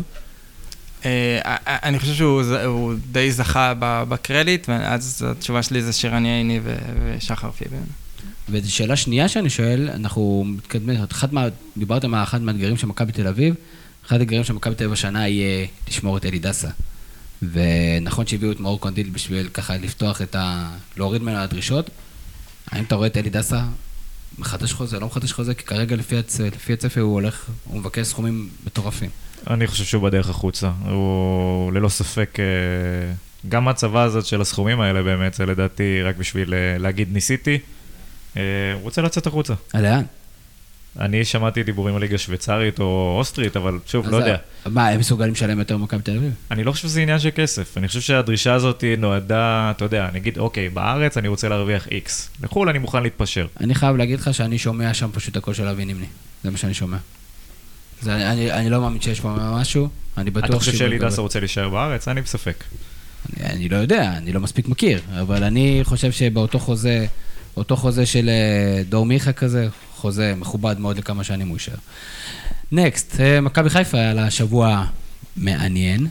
אני חושב שהוא די זכה בקרדיט, ואז התשובה שלי זה שירן ייני ושחר פיבן. ושאלה שנייה שאני שואל, אנחנו מתקדמים, דיברתם על אחד מהאתגרים של מכבי תל אביב, אחד האתגרים של מכבי תל אביב השנה יהיה לשמור את אלי דסה. ונכון שהביאו את מאור קונדיל בשביל ככה לפתוח את ה... להוריד ממנו הדרישות. האם אתה רואה את אלי דסה מחדש חוזה, לא מחדש חוזה? כי כרגע לפי, הצ... לפי הצפי הוא הולך, הוא מבקש סכומים מטורפים. אני חושב שהוא בדרך החוצה. הוא ללא ספק, גם הצבא הזאת של הסכומים האלה באמת, זה לדעתי רק בשביל להגיד ניסיתי, הוא רוצה לצאת החוצה. לאן? אני שמעתי דיבורים על ליגה שוויצרית או אוסטרית, אבל שוב, לא יודע. מה, הם מסוגלים לשלם יותר מכבי תל אביב? אני לא חושב שזה עניין של כסף. אני חושב שהדרישה הזאת נועדה, אתה יודע, נגיד, אוקיי, בארץ אני רוצה להרוויח X. לחול אני מוכן להתפשר. אני חייב להגיד לך שאני שומע שם פשוט הכל של אבי נימני. זה מה שאני שומע. זה, אני, אני לא מאמין שיש פה משהו. אני בטוח אתה חושב שאלי דסה רוצה להישאר בארץ? אני בספק. אני, אני לא יודע, אני לא מספיק מכיר, אבל אני חושב שבאותו חוזה, אותו חוזה של דור מיכה כזה, חוזה מכובד מאוד לכמה שנים הוא יישאר. נקסט, מכבי חיפה היה לה שבוע מעניין.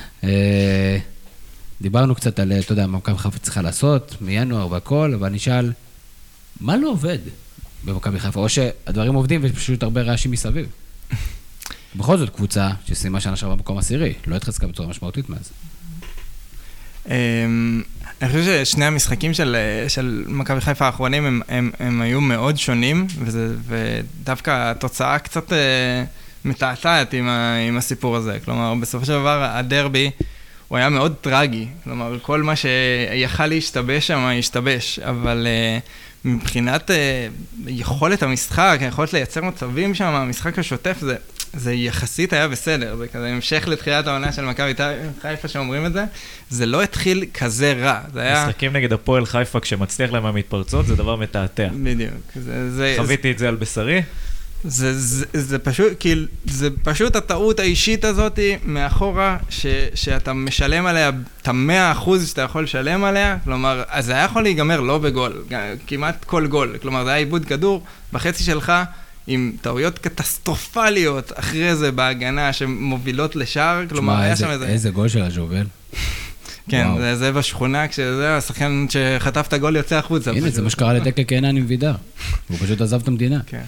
דיברנו קצת על, אתה יודע, מה מכבי חיפה צריכה לעשות, מינואר והכל, אבל אני שאל, מה לא עובד במכבי חיפה? או שהדברים עובדים ופשוט הרבה רעשים מסביב. בכל זאת קבוצה שסיימה שנה שעברה במקום עשירי, לא התחזקה בצורה משמעותית מאז. אני חושב ששני המשחקים של, של מכבי חיפה האחרונים הם, הם, הם היו מאוד שונים, וזה, ודווקא התוצאה קצת מתעתעת עם, ה, עם הסיפור הזה. כלומר, בסופו של דבר, הדרבי הוא היה מאוד טרגי. כלומר, כל מה שיכל להשתבש שם, השתבש. אבל מבחינת יכולת המשחק, היכולת לייצר מצבים שם, המשחק השוטף זה... זה יחסית היה בסדר, זה כזה המשך לתחילת העונה של מכבי חיפה שאומרים את זה, זה לא התחיל כזה רע, זה היה... משחקים נגד הפועל חיפה כשמצליח להם המתפרצות, זה דבר מתעתע. בדיוק. זה, זה, חוויתי זה, את זה על בשרי? זה, זה, זה פשוט, כאילו, זה פשוט הטעות האישית הזאת מאחורה, ש, שאתה משלם עליה את המאה אחוז שאתה יכול לשלם עליה, כלומר, אז זה היה יכול להיגמר לא בגול, כמעט כל גול, כלומר, זה היה עיבוד כדור בחצי שלך, עם טעויות קטסטרופליות אחרי זה בהגנה שמובילות לשער, כלומר היה שם איזה... איזה גול של הז'ובל. כן, זה בשכונה, כשזה השחקן שחטף את הגול יוצא החוצה. הנה, זה מה שקרה לדקה קהנן עם וידר. הוא פשוט עזב את המדינה. כן.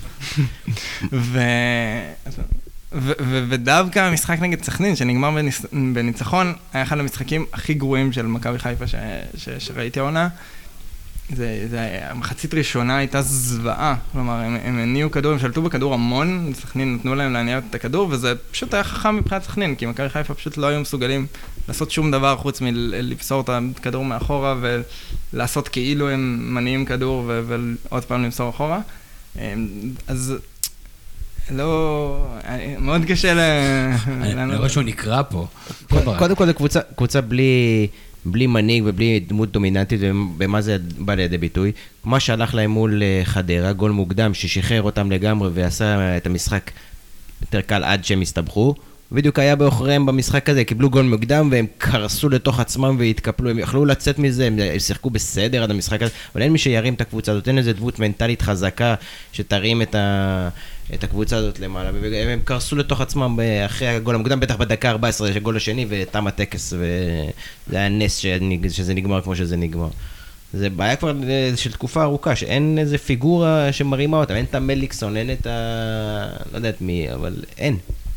ודווקא המשחק נגד סכנין, שנגמר בניצחון, היה אחד המשחקים הכי גרועים של מכבי חיפה שראיתי העונה. זה, זה, המחצית ראשונה הייתה זוועה, כלומר, הם, הם הניעו כדור, הם שלטו בכדור המון, סכנין נתנו להם להניע את הכדור, וזה פשוט היה חכם מבחינת סכנין, כי מכבי חיפה פשוט לא היו מסוגלים לעשות שום דבר חוץ מלפסור את הכדור מאחורה, ולעשות כאילו הם מניעים כדור, ועוד פעם למסור אחורה. אז לא, מאוד קשה ל... אני רואה שהוא נקרא פה. קודם כל, זו קבוצה בלי... בלי מנהיג ובלי דמות דומיננטית, ובמה זה בא לידי ביטוי. מה שהלך להם מול חדרה, גול מוקדם ששחרר אותם לגמרי ועשה את המשחק יותר קל עד שהם הסתבכו, בדיוק היה באחריהם במשחק הזה, קיבלו גול מוקדם והם קרסו לתוך עצמם והתקפלו, הם יכלו לצאת מזה, הם שיחקו בסדר עד המשחק הזה, אבל אין מי שירים את הקבוצה הזאת, אין איזו דמות מנטלית חזקה שתרים את ה... את הקבוצה הזאת למעלה, והם קרסו לתוך עצמם אחרי הגול המוקדם, בטח בדקה ארבע עשרה, הגול השני, ותם הטקס, וזה היה נס שזה נגמר כמו שזה נגמר. זה בעיה כבר של תקופה ארוכה, שאין איזה פיגורה שמרימה אותם, אין את המליקסון, אין את ה... לא יודעת מי, אבל אין.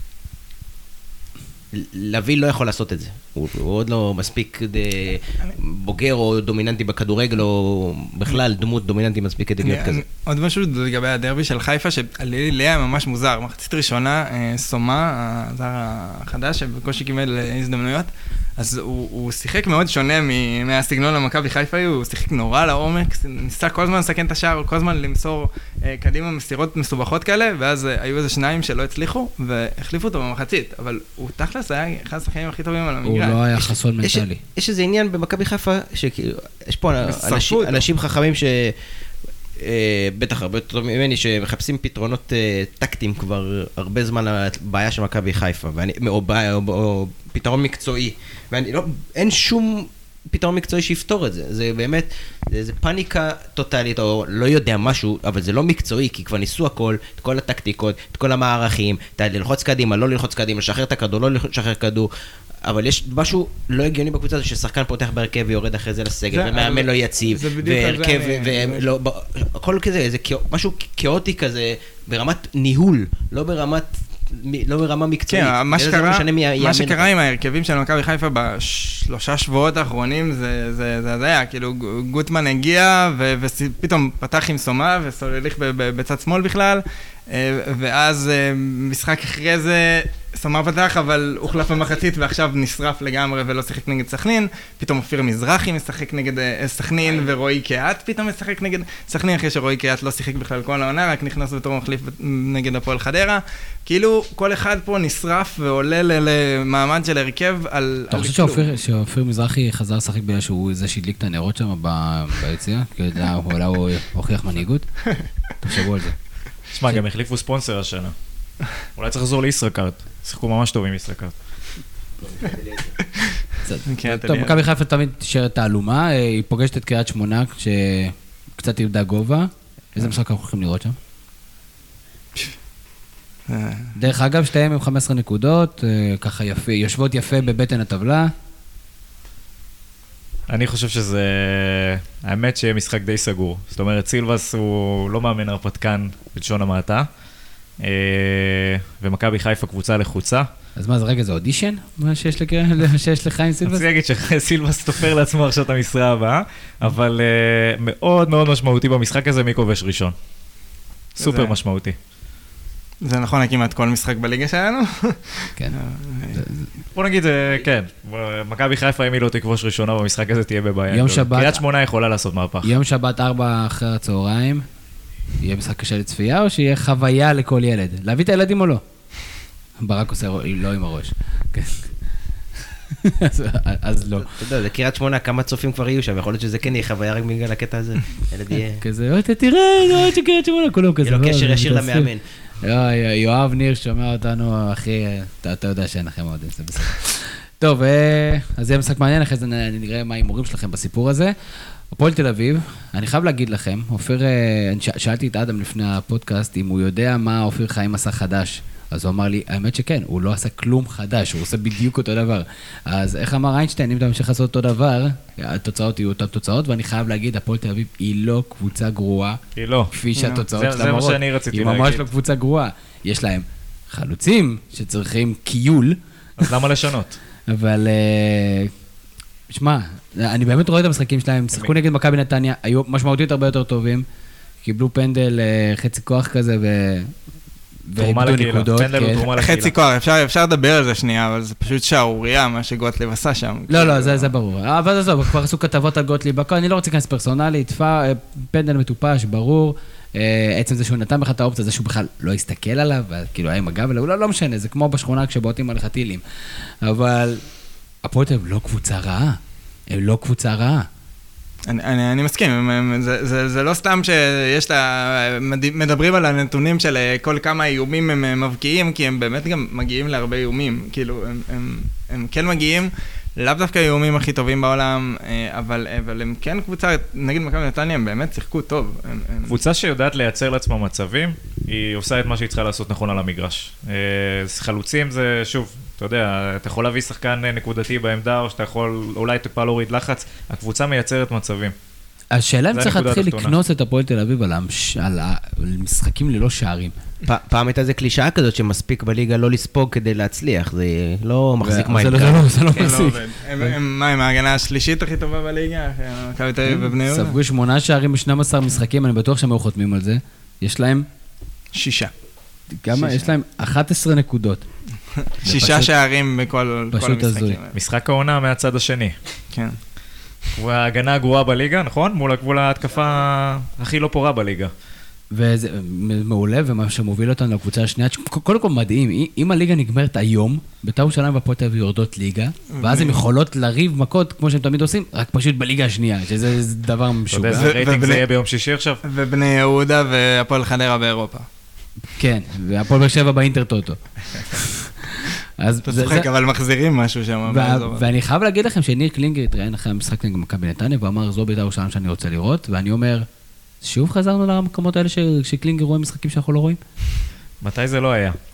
לוי לא יכול לעשות את זה. הוא, הוא עוד לא מספיק בוגר או דומיננטי בכדורגל, או בכלל דמות דומיננטי מספיק כדי להיות כזה. עוד משהו לגבי הדרבי של חיפה, שלי היה ממש מוזר. מחצית ראשונה, סומה, הזר החדש, שבקושי קיבל הזדמנויות, אז הוא, הוא שיחק מאוד שונה מהסגנון למכבי חיפה, הוא שיחק נורא לעומק, ניסה כל הזמן לסכן את השער, כל הזמן למסור קדימה מסירות מסובכות כאלה, ואז היו איזה שניים שלא הצליחו, והחליפו אותו במחצית, אבל הוא תכלס היה אחד השחקנים הכי טובים על המגרש. הוא לא היה חסון מנטלי. יש איזה עניין במכבי חיפה, שיש פה אנשים חכמים ש... בטח הרבה יותר ממני, שמחפשים פתרונות טקטיים כבר הרבה זמן לבעיה של מכבי חיפה, או פתרון מקצועי, ואין שום פתרון מקצועי שיפתור את זה, זה באמת, זה פאניקה טוטלית, או לא יודע משהו, אבל זה לא מקצועי, כי כבר ניסו הכל, את כל הטקטיקות, את כל המערכים, ללחוץ קדימה, לא ללחוץ קדימה, לשחרר את הכדור, לא לשחרר כדור, אבל יש משהו לא הגיוני בקבוצה הזו, ששחקן פותח בהרכב ויורד אחרי זה לסגל, ומאמן לא יציב, והרכב, הכל כזה, זה משהו כאוטי כזה, ברמת ניהול, לא ברמת... לא ברמה מקצועית. כן, מה שקרה, מה שקרה עם ההרכבים של מכבי חיפה בשלושה שבועות האחרונים, זה, זה, זה היה, כאילו גוטמן הגיע, ופתאום פתח עם סומה, וסולליך בצד שמאל בכלל, ואז משחק אחרי זה, סומה פתח, אבל הוחלף במחצית, ועכשיו נשרף לגמרי ולא שיחק נגד סכנין, פתאום אופיר מזרחי משחק נגד סכנין, ורועי קיאט פתאום משחק נגד סכנין, אחרי שרועי קיאט לא שיחק בכלל כל העונה, רק נכנס בתור מחליף נגד הפועל חדרה. כאילו, כל אחד פה נשרף ועולה למעמד של הרכב על... אתה חושב שאופיר מזרחי חזר לשחק בגלל שהוא זה שהדליק את הנרות שם ביציאה? כי אולי הוא הוכיח מנהיגות? תחשבו על זה. תשמע, גם החליפו ספונסר השנה. אולי צריך לחזור לישראכרט. שיחקו ממש טוב עם ישראכרט. טוב, מכבי חיפה תמיד תישארת תעלומה, היא פוגשת את קריית שמונה, שקצת ירדה גובה. איזה משחק אנחנו הולכים לראות שם? דרך אגב, שתיהם עם חמש עשרה נקודות, ככה יפה, יושבות יפה בבטן הטבלה. אני חושב שזה... האמת שיהיה משחק די סגור. זאת אומרת, סילבס הוא לא מאמן הרפתקן בלשון המעטה, ומכבי חיפה קבוצה לחוצה. אז מה, זה רגע, זה אודישן? מה שיש לך עם סילבס? אני אגיד שסילבס תופר לעצמו עכשיו את המשרה הבאה, אבל מאוד מאוד משמעותי במשחק הזה, מי כובש ראשון. סופר משמעותי. זה נכון, כמעט כל משחק בליגה שלנו? כן. בוא נגיד, כן, מכבי חיפה, אם היא לא תכבוש ראשונה במשחק הזה, תהיה בבעיה. יום שבת... קריית שמונה יכולה לעשות מהפך. יום שבת ארבע אחרי הצהריים, יהיה משחק קשה לצפייה, או שיהיה חוויה לכל ילד? להביא את הילדים או לא? ברק עושה לא עם הראש. אז לא. אתה יודע, זה קריית שמונה, כמה צופים כבר יהיו שם, יכול להיות שזה כן יהיה חוויה רק בגלל הקטע הזה. ילד יהיה... כזה, תראה, זה קריית שמונה, כולם כזה. יהיה לו קשר ישיר למאמן. יואב ניר שומע אותנו, אחי, אתה יודע שאין לכם עוד, זה בסדר. טוב, אז זה משחק מעניין, אחרי זה נראה מה ההימורים שלכם בסיפור הזה. הפועל תל אביב, אני חייב להגיד לכם, אופיר, שאלתי את אדם לפני הפודקאסט, אם הוא יודע מה אופיר חיים עשה חדש, אז הוא אמר לי, האמת שכן, הוא לא עשה כלום חדש, הוא עושה בדיוק אותו דבר. אז איך אמר איינשטיין, אם אתה ממשיך לעשות אותו דבר, התוצאות יהיו אותן תוצאות, ואני חייב להגיד, הפועל תל אביב היא לא קבוצה גרועה. היא לא. כפי שהתוצאות שלה מראות. זה מה שאני רציתי להגיד. היא ממש לא קבוצה גרועה. יש להם חלוצים שצריכים קיול. אז למה לשנות? אבל שמע, אני באמת רואה את המשחקים שלהם, שחקו נגד מכבי נתניה, היו משמעותית הרבה יותר טובים, קיבלו פנדל חצי כוח כזה ו... תרומה לקהילה, פנדל הוא תרומה לקהילה. חצי כוח, אפשר לדבר על זה שנייה, אבל זה פשוט שערוריה, מה שגוטליב עשה שם. לא, לא, זה ברור. אבל עזוב, כבר עשו כתבות על גוטליב, אני לא רוצה להיכנס פרסונלי, פנדל מטופש, ברור, עצם זה שהוא נתן בכלל את האופציה, זה שהוא בכלל לא הסתכל עליו, כאילו היה עם הגב אליו, לא משנה, זה כמו בשכונה כשבועטים עליך טילים. אבל הפועל תל אביב לא קבוצה רעה, הם לא קבוצה רעה. אני, אני, אני מסכים, זה, זה, זה לא סתם שיש לה, מדברים על הנתונים של כל כמה איומים הם מבקיעים, כי הם באמת גם מגיעים להרבה איומים, כאילו, הם, הם, הם כן מגיעים, לאו דווקא האיומים הכי טובים בעולם, אבל, אבל הם כן קבוצה, נגיד מכבי נתניה, הם באמת שיחקו טוב. הם, הם... קבוצה שיודעת לייצר לעצמה מצבים, היא עושה את מה שהיא צריכה לעשות נכון על המגרש. חלוצים זה, שוב, אתה יודע, אתה יכול להביא שחקן נקודתי בעמדה, או שאתה יכול אולי טיפה להוריד לחץ, הקבוצה מייצרת מצבים. השאלה אם צריך להתחיל לקנוס את הפועל תל אביב על המשחקים ללא שערים. פעם הייתה איזו קלישאה כזאת שמספיק בליגה לא לספוג כדי להצליח, זה לא מחזיק מים. זה לא מחזיק. מה, עם ההגנה השלישית הכי טובה בליגה? מכבי תל אביב ובני יהודה? ספגו שמונה שערים ב-שנים עשר משחקים, אני בטוח שהם היו חותמים על זה. יש להם... שישה. כמה? יש להם אחת עשרה נקודות. שישה שערים בכל המשחקים. משחק העונה מהצד השני. כן. וההגנה הגרועה בליגה, נכון? מול הגבול ההתקפה הכי לא פורה בליגה. וזה מעולה, ומה שמוביל אותנו לקבוצה השנייה, קודם כל מדהים, אם הליגה נגמרת היום, בית"ר ירושלים והפועל תל אביב יורדות ליגה, ואז הן יכולות לריב מכות, כמו שהם תמיד עושים, רק פשוט בליגה השנייה, שזה דבר משוגע. אתה יודע, הרייטינג זה יהיה ביום שישי עכשיו? ובני יהודה והפועל חדרה באירופה. כן, והפועל באר שבע באינטרטוטו. אתה צוחק, אבל מחזירים משהו שם. ואני חייב להגיד לכם שניר קלינגר התראיין אחרי המשחק נגד מכבי נתניה, ואמר, זו בית"ר ירושלים שאני רוצה לראות, ואני אומר, שוב חזרנו למקומות האלה שקלינגר רואה משחקים שאנחנו לא רואים? מתי זה לא היה?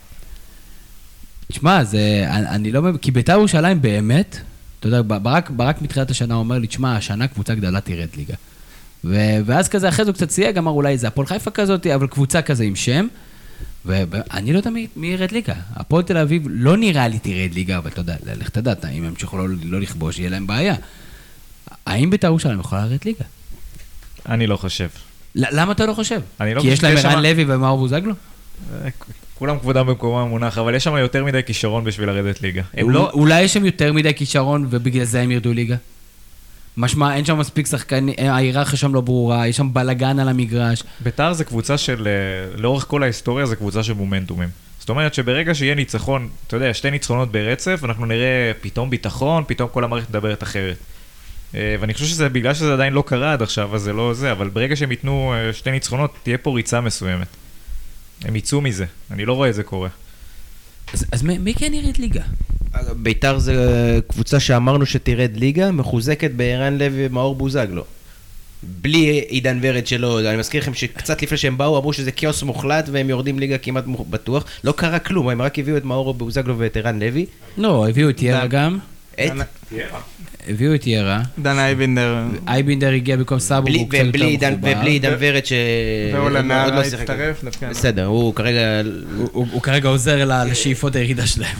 תשמע, אני לא מבין, כי בית"ר ירושלים באמת, אתה יודע, ברק מתחילת השנה אומר לי, תשמע, השנה קבוצה גדולה תרד ליגה. ואז כזה, אחרי זה הוא קצת סייג, אמר אולי זה הפועל חיפה כזאת, אבל קבוצה כזה עם שם, ואני לא יודע מי ירד ליגה. הפועל תל אביב לא נראה לי תרד ליגה, אבל אתה יודע, לך תדע, אם הם ימשיכו לא לכבוש, יהיה להם בעיה. האם בית"ר ירושלים יכולה לרד ליגה? אני לא חושב. למה אתה לא חושב? אני לא כי יש להם ערן לוי ומאור בוזגלו? כולם כבודם במקומם המונח, אבל יש שם יותר מדי כישרון בשביל לרדת ליגה. אולי יש שם יותר מדי כישרון ובגלל זה הם ירדו ליגה? משמע, אין שם מספיק שחקנים, ההיררכיה שם לא ברורה, יש שם בלגן על המגרש. בית"ר זה קבוצה של, לאורך כל ההיסטוריה זה קבוצה של מומנטומים. זאת אומרת שברגע שיהיה ניצחון, אתה יודע, שתי ניצחונות ברצף, אנחנו נראה פתאום ביטחון, פתאום כל המערכת מדברת אחרת. ואני חושב שזה בגלל שזה עדיין לא קרה עד עכשיו, אז זה לא זה, אבל ברגע שהם ייתנו שתי ניצחונות, תהיה פה ריצה מסוימת. הם ייצאו מזה, אני לא רואה את זה קורה. אז, אז מי כן ירד ליגה? בית"ר זה קבוצה שאמרנו שתרד ליגה, מחוזקת בערן לוי ומאור בוזגלו. בלי עידן ורד שלו, אני מזכיר לכם שקצת לפני שהם באו, אמרו שזה קיוס מוחלט והם יורדים ליגה כמעט בטוח. לא קרה כלום, הם רק הביאו את מאור בוזגלו ואת ערן לוי. לא, הביאו את ירה גם. את? הביאו את ירה. דן אייבינדר. אייבינדר הגיע במקום סאבו, והוא קצת יותר מחובר. ובלי עידן ורד ש... והוא לנער הצטרף. בסדר, הוא כרגע... הוא כרגע עוזר לשאיפות הירידה שלהם.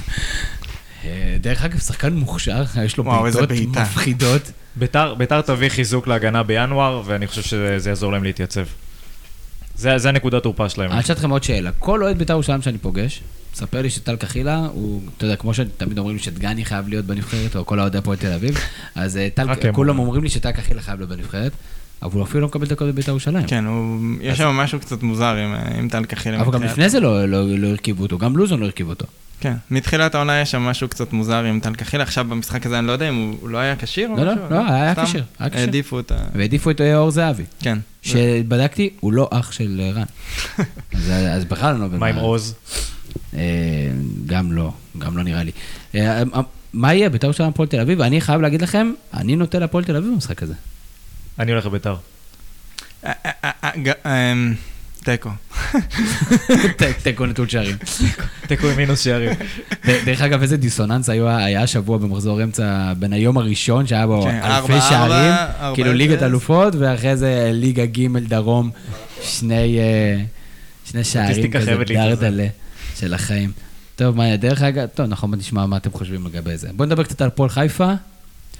דרך אגב, שחקן מוכשר, יש לו בעיטות מפחידות. בית"ר תביא חיזוק להגנה בינואר, ואני חושב שזה יעזור להם להתייצב. זה הנקודת תורפה שלהם. אני אשאל אתכם עוד שאלה. כל אוהד בית"ר ירושלים שאני פוגש, ספר לי שטל קחילה, הוא, אתה יודע, כמו שתמיד אומרים לי שדגני חייב להיות בנבחרת, או כל האוהדי הפועל תל אביב, אז כולם אומרים לי שטל קחילה חייב להיות בנבחרת, אבל הוא אפילו לא מקבל דקות בבית"ר ירושלים. כן, יש שם משהו קצת מוזר עם טל קחילה. אבל גם לפני זה לא הרכיבו אותו, גם לוזון לא הרכיבו אותו. כן, מתחילת העונה יש שם משהו קצת מוזר עם טל קחילה, עכשיו במשחק הזה אני לא יודע אם הוא לא היה קשיר או משהו. לא, לא, לא, היה קשיר. העדיפו אותה. והעדיפו את אור זהבי. כן. שבדקתי, הוא לא אח של רן. אז בכלל לא... מה עם עוז? גם לא, גם לא נראה לי. מה יהיה? בית"ר ירושלים הפועל תל אביב? ואני חייב להגיד לכם, אני נוטה להפועל תל אביב במשחק הזה. אני הולך לבית"ר. תיקו. תיקו נטול שערים. תיקו עם מינוס שערים. דרך אגב, איזה דיסוננס היה השבוע במחזור אמצע בין היום הראשון, שהיה בו אלפי שערים, כאילו ליגת אלופות, ואחרי זה ליגה ג' דרום, שני שערים כזה דרדלה של החיים. טוב, מה, דרך אגב, טוב, נכון, נשמע מה אתם חושבים לגבי זה. בואו נדבר קצת על הפועל חיפה,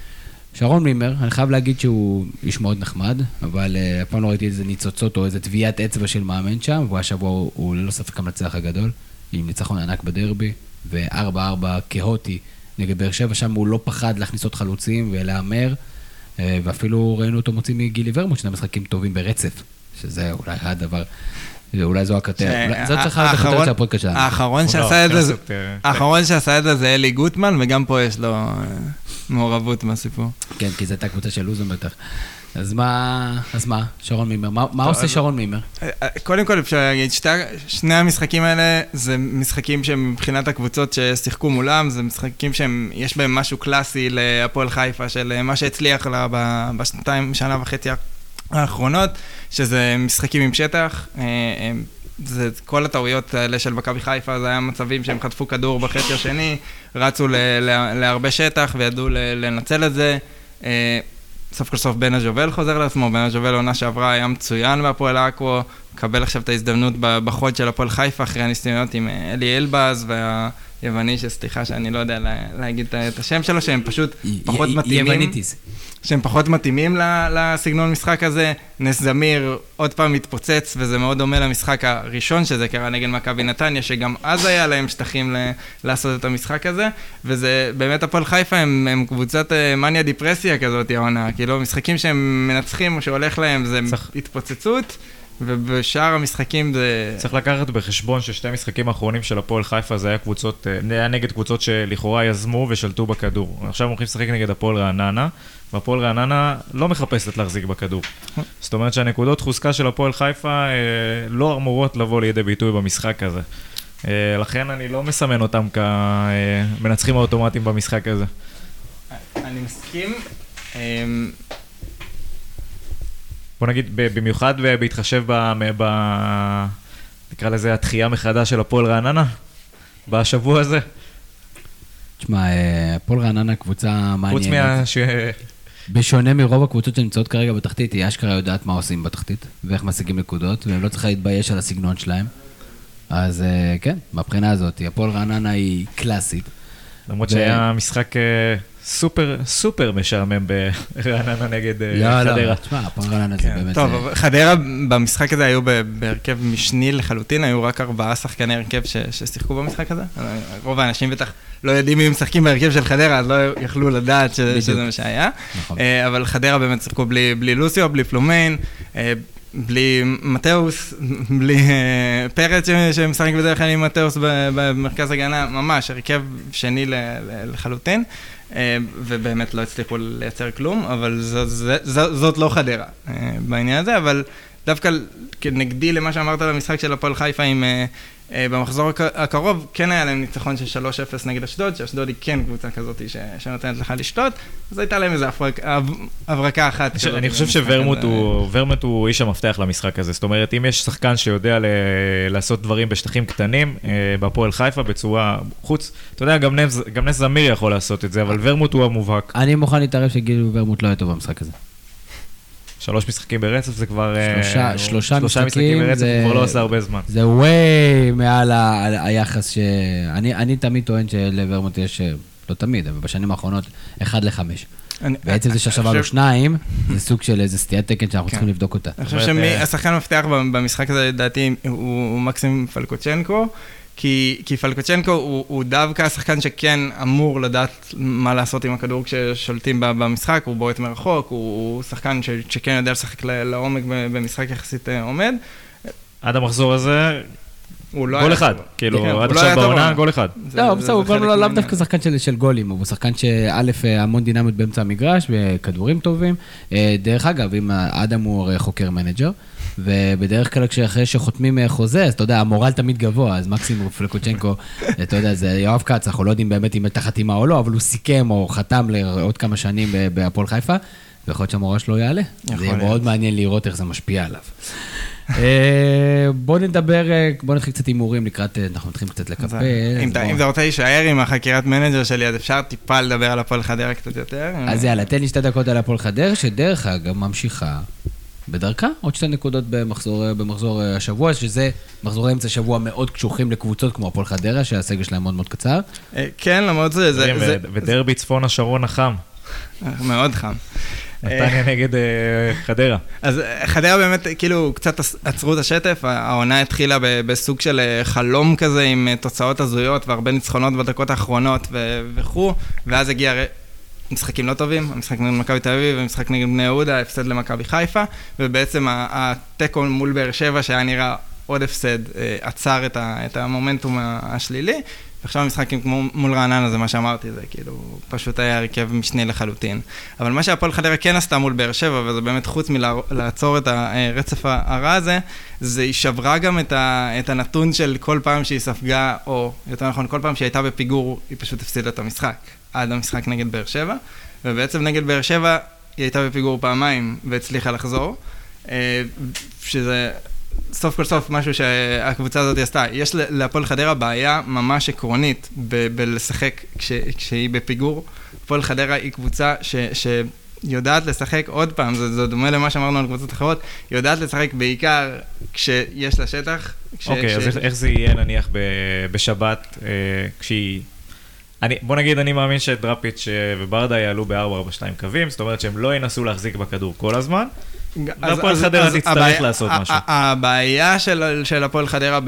שרון מימר, אני חייב להגיד שהוא איש מאוד נחמד, אבל uh, הפעם לא ראיתי איזה ניצוצות או איזה טביעת אצבע של מאמן שם, והשבוע הוא, הוא ללא ספק המנצח הגדול, עם ניצחון ענק בדרבי, ו-ארבע ארבע כהוטי נגד באר שבע, שם הוא לא פחד להכניס עוד חלוצים ולהמר, uh, ואפילו ראינו אותו מוציא מגילי ורמוט, שני משחקים טובים ברצף, שזה אולי הדבר... אולי זו הכתר, זאת צריכה להיות הכתר של הפודקאסט שלנו. האחרון שעשה את זה זה אלי גוטמן, וגם פה יש לו מעורבות מהסיפור. כן, כי זו הייתה קבוצה של לוזון בטח. אז מה, אז מה, שרון מימר? מה עושה שרון מימר? קודם כל אפשר להגיד, שני המשחקים האלה זה משחקים שמבחינת הקבוצות ששיחקו מולם, זה משחקים שיש בהם משהו קלאסי להפועל חיפה, של מה שהצליח לה בשנתיים, שנה וחצי האחרונות, שזה משחקים עם שטח, זה כל הטעויות האלה של מכבי חיפה, זה היה מצבים שהם חטפו כדור בחצי השני, רצו להרבה שטח וידעו לנצל את זה. סוף כל סוף בן הג'ובל חוזר לעצמו, בן הג'ובל עונה שעברה היה מצוין בהפועל עכו, מקבל עכשיו את ההזדמנות בחוד של הפועל חיפה, אחרי הניסיונות עם אלי אלבז והיווני, שסליחה שאני לא יודע להגיד את השם שלו, שהם פשוט פחות מתאימים. יווניטיס. שהם פחות מתאימים לסגנון משחק הזה. נס זמיר עוד פעם מתפוצץ, וזה מאוד דומה למשחק הראשון שזה קרה נגד מכבי נתניה, שגם אז היה להם שטחים לעשות את המשחק הזה, וזה באמת הפועל חיפה הם, הם קבוצת מניה דיפרסיה כזאת, העונה, כאילו משחקים שהם מנצחים או שהולך להם זה צריך... התפוצצות, ובשאר המשחקים זה... צריך לקחת בחשבון ששתי המשחקים האחרונים של הפועל חיפה זה היה קבוצות, היה נגד קבוצות שלכאורה יזמו ושלטו בכדור. עכשיו הם הולכים לשחק נגד הפועל רעננה, והפועל רעננה לא מחפשת להחזיק בכדור. זאת אומרת שהנקודות חוזקה של הפועל חיפה לא אמורות לבוא לידי ביטוי במשחק הזה. לכן אני לא מסמן אותם כמנצחים האוטומטיים במשחק הזה. אני מסכים. בוא נגיד, במיוחד בהתחשב ב... נקרא לזה התחייה מחדש של הפועל רעננה, בשבוע הזה. תשמע, הפועל רעננה קבוצה מעניינת. חוץ מה... ש... בשונה מרוב הקבוצות שנמצאות כרגע בתחתית, היא אשכרה יודעת מה עושים בתחתית, ואיך משיגים נקודות, והם לא צריכה להתבייש על הסגנון שלהם. אז כן, מבחינה הזאת, הפועל רעננה היא קלאסית. למרות שהיה משחק... סופר, סופר משעמם ברעננה נגד חדרה. לא, לא, תשמע, הפועל רעננה זה באמת... טוב, חדרה במשחק הזה היו בהרכב משני לחלוטין, היו רק ארבעה שחקני הרכב ששיחקו במשחק הזה. רוב האנשים בטח לא יודעים אם משחקים בהרכב של חדרה, אז לא יכלו לדעת שזה מה שהיה. אבל חדרה באמת שיחקו בלי לוסיו, בלי פלומיין, בלי מטאוס, בלי פרץ שמשחק בדרך כלל עם מטאוס במרכז הגנה, ממש, הרכב שני לחלוטין. ובאמת לא הצליחו לייצר כלום, אבל זאת לא חדרה בעניין הזה, אבל דווקא כנגדי למה שאמרת במשחק של הפועל חיפה עם במחזור הקרוב, כן היה להם ניצחון של שלוש אפס נגד אשדוד, שאשדוד היא כן קבוצה כזאת שנותנת לך לשתות, אז הייתה להם איזו הברקה אחת. אני חושב שוורמוט הוא איש המפתח למשחק הזה, זאת אומרת, אם יש שחקן שיודע לעשות דברים בשטחים קטנים, בהפועל חיפה בצורה חוץ, אתה יודע, גם נס זמיר יכול לעשות את זה, אבל ורמוט הוא המובהק. אני מוכן להתערב שגיל ורמוט לא היה טוב במשחק הזה. שלוש משחקים ברצף זה כבר... שלושה, שלושה משחקים ברצף זה כבר לא עושה הרבה זמן. זה ווי מעל היחס ש... אני, אני תמיד טוען שלוורמוט יש, לא תמיד, אבל בשנים האחרונות, אחד לחמש. בעצם זה שעכשיו עלו שניים, זה סוג של איזה סטיית תקן שאנחנו צריכים לבדוק אותה. אני חושב שהשחקן המפתח במשחק הזה, לדעתי, הוא מקסים פלקוצ'נקו, כי, כי פלקוצ'נקו הוא, הוא דווקא השחקן שכן אמור לדעת מה לעשות עם הכדור כששולטים במשחק, הוא בועט מרחוק, הוא, הוא שחקן ש, שכן יודע לשחק לעומק במשחק יחסית עומד. עד המחזור הזה, גול אחד, כאילו, עד עכשיו בעונה, גול אחד. לא, בסדר, הוא לאו דווקא שחקן של גולים, הוא שחקן שא' המון דינמיות באמצע המגרש, וכדורים טובים. דרך אגב, אם אדם הוא חוקר מנג'ר, ובדרך כלל כשאחרי שחותמים חוזה, אז אתה יודע, המורל תמיד גבוה, אז מקסימום פלקוצ'נקו, אתה יודע, זה יואב קץ, אנחנו לא יודעים באמת אם הייתה חתימה או לא, אבל הוא סיכם או חתם לעוד כמה שנים בהפועל חיפה, ויכול להיות שהמורל שלו יעלה. זה יהיה מאוד מעניין לראות איך זה משפיע עליו. בואו נדבר, בואו נתחיל קצת הימורים לקראת, אנחנו נתחיל קצת לקפל. אם אתה רוצה להישאר עם החקירת מנג'ר שלי, אז אפשר טיפה לדבר על הפועל חדרה קצת יותר. אז יאללה, תן לי שתי דקות על הפועל חדרה, שדרך אגב ממשיכה בדרכה, עוד שתי נקודות במחזור, במחזור השבוע, שזה מחזורי אמצע שבוע מאוד קשוחים לקבוצות כמו הפועל חדרה, שהסגל שלהם מאוד מאוד קצר. כן, למרות זה... ודרבי צפון השרון החם. מאוד חם. נתניה נגד חדרה. אז חדרה באמת, כאילו, קצת עצרו את השטף, העונה התחילה בסוג של חלום כזה, עם תוצאות הזויות והרבה ניצחונות בדקות האחרונות וכו', ואז הגיע משחקים לא טובים, המשחק נגד מכבי תל אביב, המשחק נגד בני יהודה, הפסד למכבי חיפה, ובעצם הטקו מול באר שבע, שהיה נראה עוד הפסד, עצר את המומנטום השלילי, ועכשיו המשחקים כמו מול רעננה, זה מה שאמרתי, זה כאילו פשוט היה הרכב משני לחלוטין. אבל מה שהפועל חדרה כן עשתה מול באר שבע, וזה באמת חוץ מלעצור את הרצף הרע הזה, זה היא שברה גם את, ה, את הנתון של כל פעם שהיא ספגה, או יותר נכון, כל פעם שהיא הייתה בפיגור, היא פשוט הפסידה את המשחק, עד המשחק נגד באר שבע, ובעצם נגד באר שבע היא הייתה בפיגור פעמיים, והצליחה לחזור, שזה סוף כל סוף משהו שהקבוצה הזאת עשתה. יש להפועל חדרה בעיה ממש עקרונית ב- בלשחק כש- כשהיא בפיגור. הפועל חדרה היא קבוצה ש- שיודעת לשחק עוד פעם, זה, זה דומה למה שאמרנו על קבוצות אחרות, יודעת לשחק בעיקר כשיש לה שטח. כש- אוקיי, כש- אז איך זה יהיה נניח ב- בשבת אה, כשהיא... אני, בוא נגיד, אני מאמין שדראפיץ' וברדה יעלו ב-ארבע ארבע שתיים קווים, זאת אומרת שהם לא ינסו להחזיק בכדור כל הזמן, והפועל חדרה תצטרך לעשות משהו. הבעיה של הפועל חדרה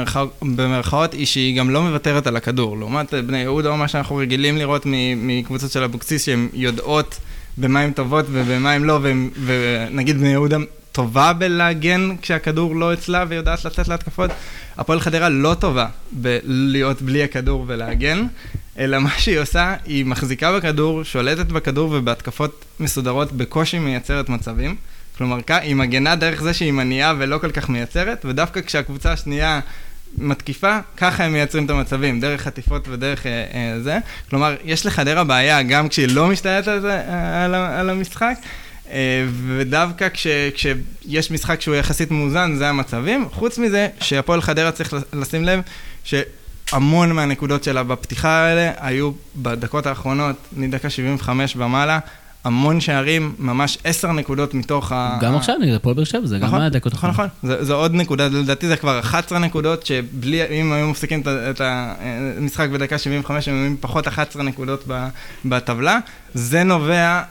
במרכאות היא שהיא גם לא מוותרת על הכדור, לעומת בני יהודה או מה שאנחנו רגילים לראות מקבוצות של אבוקסיס, שהן יודעות במה הן טובות ובמה הן לא, ונגיד בני יהודה טובה בלהגן כשהכדור לא אצלה ויודעת לצאת להתקפות, הפועל חדרה לא טובה בלהיות בלי הכדור ולהגן, אלא מה שהיא עושה, היא מחזיקה בכדור, שולטת בכדור ובהתקפות מסודרות בקושי מייצרת מצבים. כלומר, היא מגנה דרך זה שהיא מניעה ולא כל כך מייצרת, ודווקא כשהקבוצה השנייה מתקיפה, ככה הם מייצרים את המצבים, דרך חטיפות ודרך אה, אה, זה. כלומר, יש לחדרה בעיה גם כשהיא לא משתלטת על, על, על המשחק, אה, ודווקא כש, כשיש משחק שהוא יחסית מאוזן, זה המצבים. חוץ מזה, שהפועל חדרה צריך לשים לב, ש... המון מהנקודות שלה בפתיחה האלה היו בדקות האחרונות, מדקה שבעים וחמש ומעלה, המון שערים, ממש עשר נקודות מתוך ה... גם עכשיו נגד הפועל באר שבע, זה גם מהדקות האחרונות. נכון, נכון, זו עוד נקודה, לדעתי זה כבר אחת עשרה נקודות, שבלי, אם היו מפסיקים את המשחק בדקה שבעים וחמש, הם היו פחות אחת עשרה נקודות בטבלה, זה נובע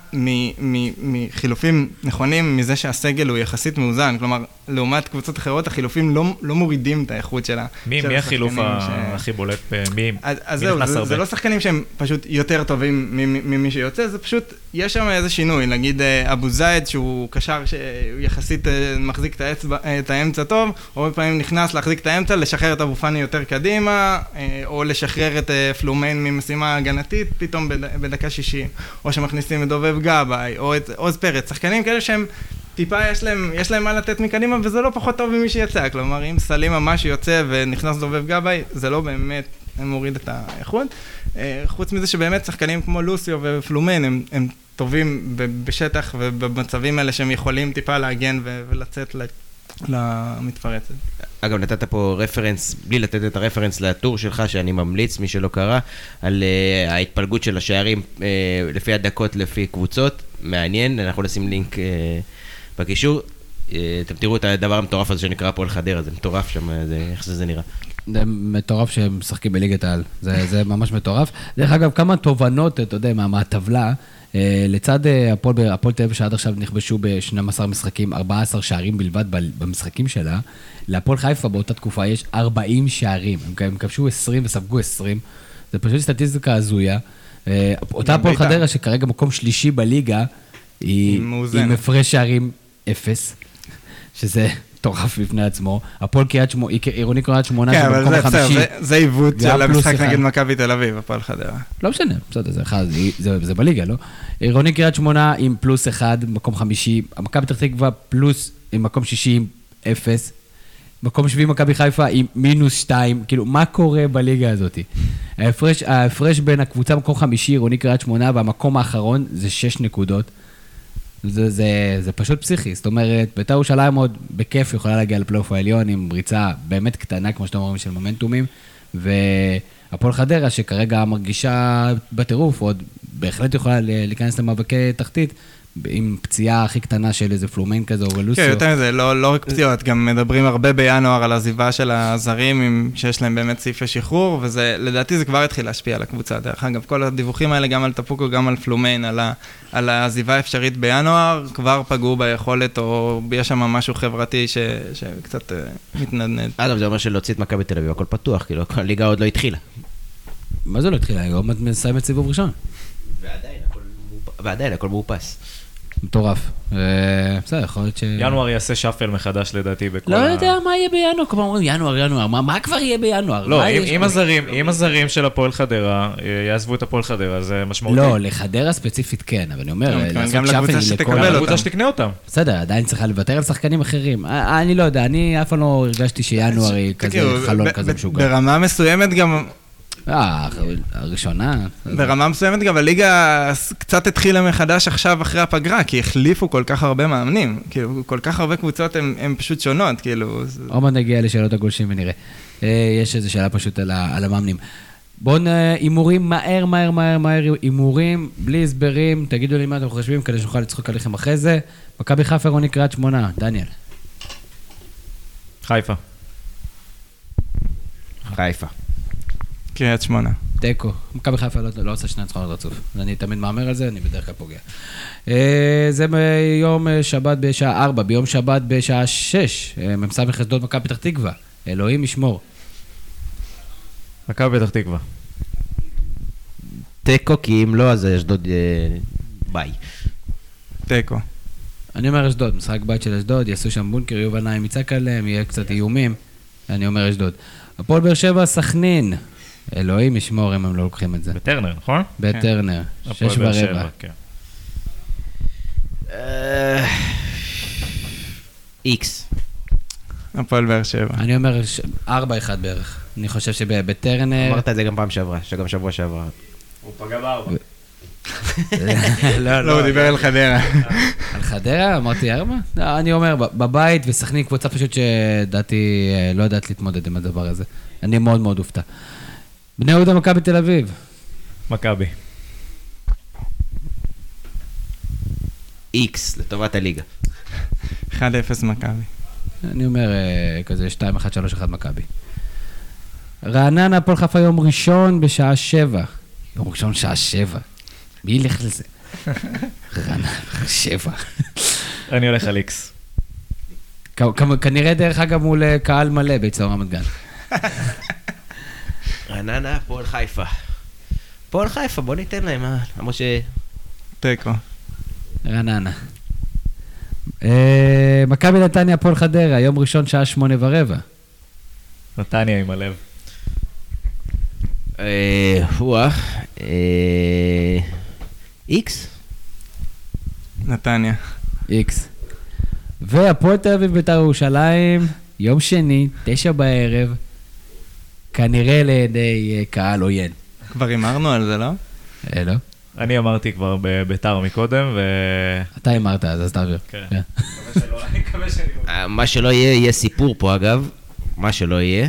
מחילופים נכונים, מזה שהסגל הוא יחסית מאוזן, כלומר, לעומת קבוצות אחרות, החילופים לא, לא מורידים את האיכות שלה. מי, מי החילוף הכי בולט? מי, אז, אז זהו, זה, זה לא שחקנים שהם פשוט יותר טובים ממי שיוצא, זה פשוט, יש שם איזה שינוי, נגיד אבו זייד, שהוא קשר שיחסית מחזיק את, האצבע, את האמצע טוב, הרבה פעמים נכנס להחזיק את האמצע, לשחרר את אבו פני יותר קדימה, או לשחרר את פלומיין ממשימה הגנתית, פתאום בדקה שישים. או שמכניסים את דובב גבאי, או את עוז פרץ, שחקנים כאלה שהם טיפה יש להם, יש להם מה לתת מקדימה, וזה לא פחות טוב ממי שיצא, כלומר, אם סלים ממש יוצא ונכנס דובב גבאי, זה לא באמת מוריד את האיכות. חוץ מזה שבאמת שחקנים כמו לוסיו ופלומן, הם, הם טובים בשטח ובמצבים האלה שהם יכולים טיפה להגן ולצאת למתפרצת. אגב, נתת פה רפרנס, בלי לתת את הרפרנס לטור שלך, שאני ממליץ, מי שלא קרא, על uh, ההתפלגות של השערים uh, לפי הדקות, לפי קבוצות. מעניין, אנחנו נשים לינק uh, בקישור. Uh, אתם תראו את הדבר המטורף הזה שנקרא פה על חדרה, זה מטורף שם, זה, איך זה, זה נראה. זה מטורף שהם משחקים בליגת העל, זה, זה ממש מטורף. דרך אגב, כמה תובנות, אתה יודע, מה, מהטבלה, לצד הפועל תל אביב שעד עכשיו נכבשו ב-שנים עשר משחקים, ארבעה עשר שערים בלבד במשחקים שלה, להפועל חיפה באותה תקופה יש ארבעים שערים, הם כבשו עשרים וספגו עשרים, זה פשוט סטטיסטיקה הזויה. אותה הפועל חדרה שכרגע מקום שלישי בליגה, היא עם הפרש שערים אפס, שזה מטורף בפני עצמו. הפועל קריית שמונה, עירוני קריית שמונה, כן, אבל זה עיוות של המשחק נגד מכבי תל אביב, הפועל חדרה. לא משנה, בסדר, זה אחד, זה בליגה, לא? עירוני קריית שמונה עם פלוס אחד, מקום חמישי, מכבי פתח תקווה פלוס עם מקום שישי עם אפס, מקום שביעי מכבי חיפה עם מינוס שתיים, כאילו, מה קורה בליגה הזאת? ההפרש, ההפרש בין הקבוצה מקום חמישי, עירוני קריית שמונה, והמקום האחרון זה שש נקודות. זה, זה, זה פשוט פסיכי, זאת אומרת, בית"ר ירושלים עוד בכיף יכולה להגיע לפלייאוף העליון עם ריצה באמת קטנה, כמו שאתם אומרים, של מומנטומים, והפועל חדרה, שכרגע מרגישה בטירוף, עוד בהחלט יכולה להיכנס למאבקי תחתית, עם פציעה הכי קטנה של איזה פלומיין כזה או גלוסיו. כן, יותר מזה, לא, לא רק פציעות, גם מדברים הרבה בינואר על העזיבה של הזרים, שיש להם באמת סעיפי שחרור, וזה, לדעתי זה כבר התחיל להשפיע על הקבוצה. דרך אגב, כל הדיווחים האלה, גם על טפוקו, גם על פלומיין, על, ה, על העזיבה האפשרית בינואר, כבר פגעו ביכולת, או יש שם משהו חברתי ש, שקצת מתנדנד. אגב, זה אומר שלהוציא את מכבי תל אביב, הכל פתוח, כאילו, הליגה עוד לא התחילה. מה זה לא התחילה? היום את מסיימת סיבוב ראשון. ועדיין, הכל מאופס. מטורף. בסדר, יכול להיות ש... ינואר יעשה שפל מחדש לדעתי בכל לא יודע מה יהיה בינואר, כמו אומרים, ינואר, ינואר, מה כבר יהיה בינואר? לא, אם הזרים של הפועל חדרה יעזבו את הפועל חדרה, זה משמעותי. לא, לחדרה ספציפית כן, אבל אני אומר, גם לקבוצה שתקבל אותם. לקבוצה שתקנה אותם. בסדר, עדיין צריכה לוותר על שחקנים אחרים. אני לא יודע, אני אף פעם לא הרגשתי שינואר היא כזה חלון כזה משוגע. ברמה מסוימת גם... אה, הראשונה. ברמה מסוימת גם הליגה קצת התחילה מחדש עכשיו אחרי הפגרה, כי החליפו כל כך הרבה מאמנים, כאילו, כל כך הרבה קבוצות הן פשוט שונות, כאילו. עוד מעט נגיע לשאלות הגולשים ונראה. יש איזו שאלה פשוט על המאמנים. בואו הימורים מהר, מהר, מהר, מהר, הימורים, בלי הסברים, תגידו לי מה אתם חושבים, כדי שנוכל לצחוק עליכם אחרי זה. מכבי חיפה או קריית שמונה, דניאל. חיפה. חיפה. קריית שמונה. תיקו. מכבי חיפה לא עושה שני ניצחונות רצוף. אני תמיד מאמר על זה, אני בדרך כלל פוגע. זה ביום שבת בשעה ארבע, ביום שבת בשעה שש, ממסמך אשדוד מכבי פתח תקווה. אלוהים ישמור. מכבי פתח תקווה. תיקו, כי אם לא, אז אשדוד ביי. תיקו. אני אומר אשדוד, משחק בית של אשדוד, יעשו שם בונקר, יהיו בניים יצעק עליהם, יהיה קצת איומים. אני אומר אשדוד. הפועל באר שבע, סכנין. אלוהים ישמור אם הם לא לוקחים את זה. בטרנר, נכון? בטרנר, שש ורבע. איקס. הפועל באר שבע. אני אומר ארבע אחד בערך. אני חושב שבטרנר... אמרת את זה גם פעם שעברה, שגם שבוע שעברה. הוא פגע בארבע. לא, הוא דיבר על חדרה. על חדרה? אמרתי ארבע? אני אומר, בבית וסכנין קבוצה פשוט שדעתי, לא יודעת להתמודד עם הדבר הזה. אני מאוד מאוד אופתע. בני יהודה מכבי תל אביב. מכבי. איקס, לטובת הליגה. אחד אפס מכבי. אני אומר כזה שתיים אחת שלוש אחת מכבי. רעננה הפועל חיפה יום ראשון בשעה שבע. יום ראשון שעה שבע. מי ילך לזה? רעננה, שבע. אני הולך על איקס. כנראה דרך אגב מול קהל מלא ביצור רמת גן. רעננה, הפועל חיפה. הפועל חיפה, בוא ניתן להם, למרות ש... תיקו. רעננה. מכבי נתניה, הפועל חדרה, יום ראשון שעה שמונה ורבע. נתניה עם הלב. וואה. איקס? נתניה. איקס. והפועל תל אביב בית"ר ירושלים, יום שני, תשע בערב, כנראה לידי קהל עוין. כבר הימרנו על זה, לא? לא. אני אמרתי כבר בביתר מקודם, ו... אתה אמרת, אז תעביר. כן. אני מקווה שאני... מה שלא יהיה, יהיה סיפור פה אגב. מה שלא יהיה.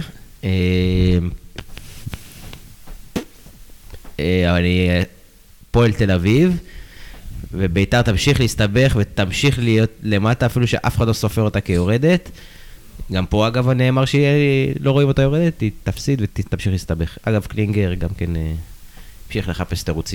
אני פועל תל אביב, וביתר תמשיך להסתבך ותמשיך להיות למטה, אפילו שאף אחד לא סופר אותה כיורדת. גם פה אגב נאמר שלא רואים אותה יורדת, היא תפסיד ותמשיך להסתבך. אגב קלינגר גם כן המשיך לחפש תירוצים.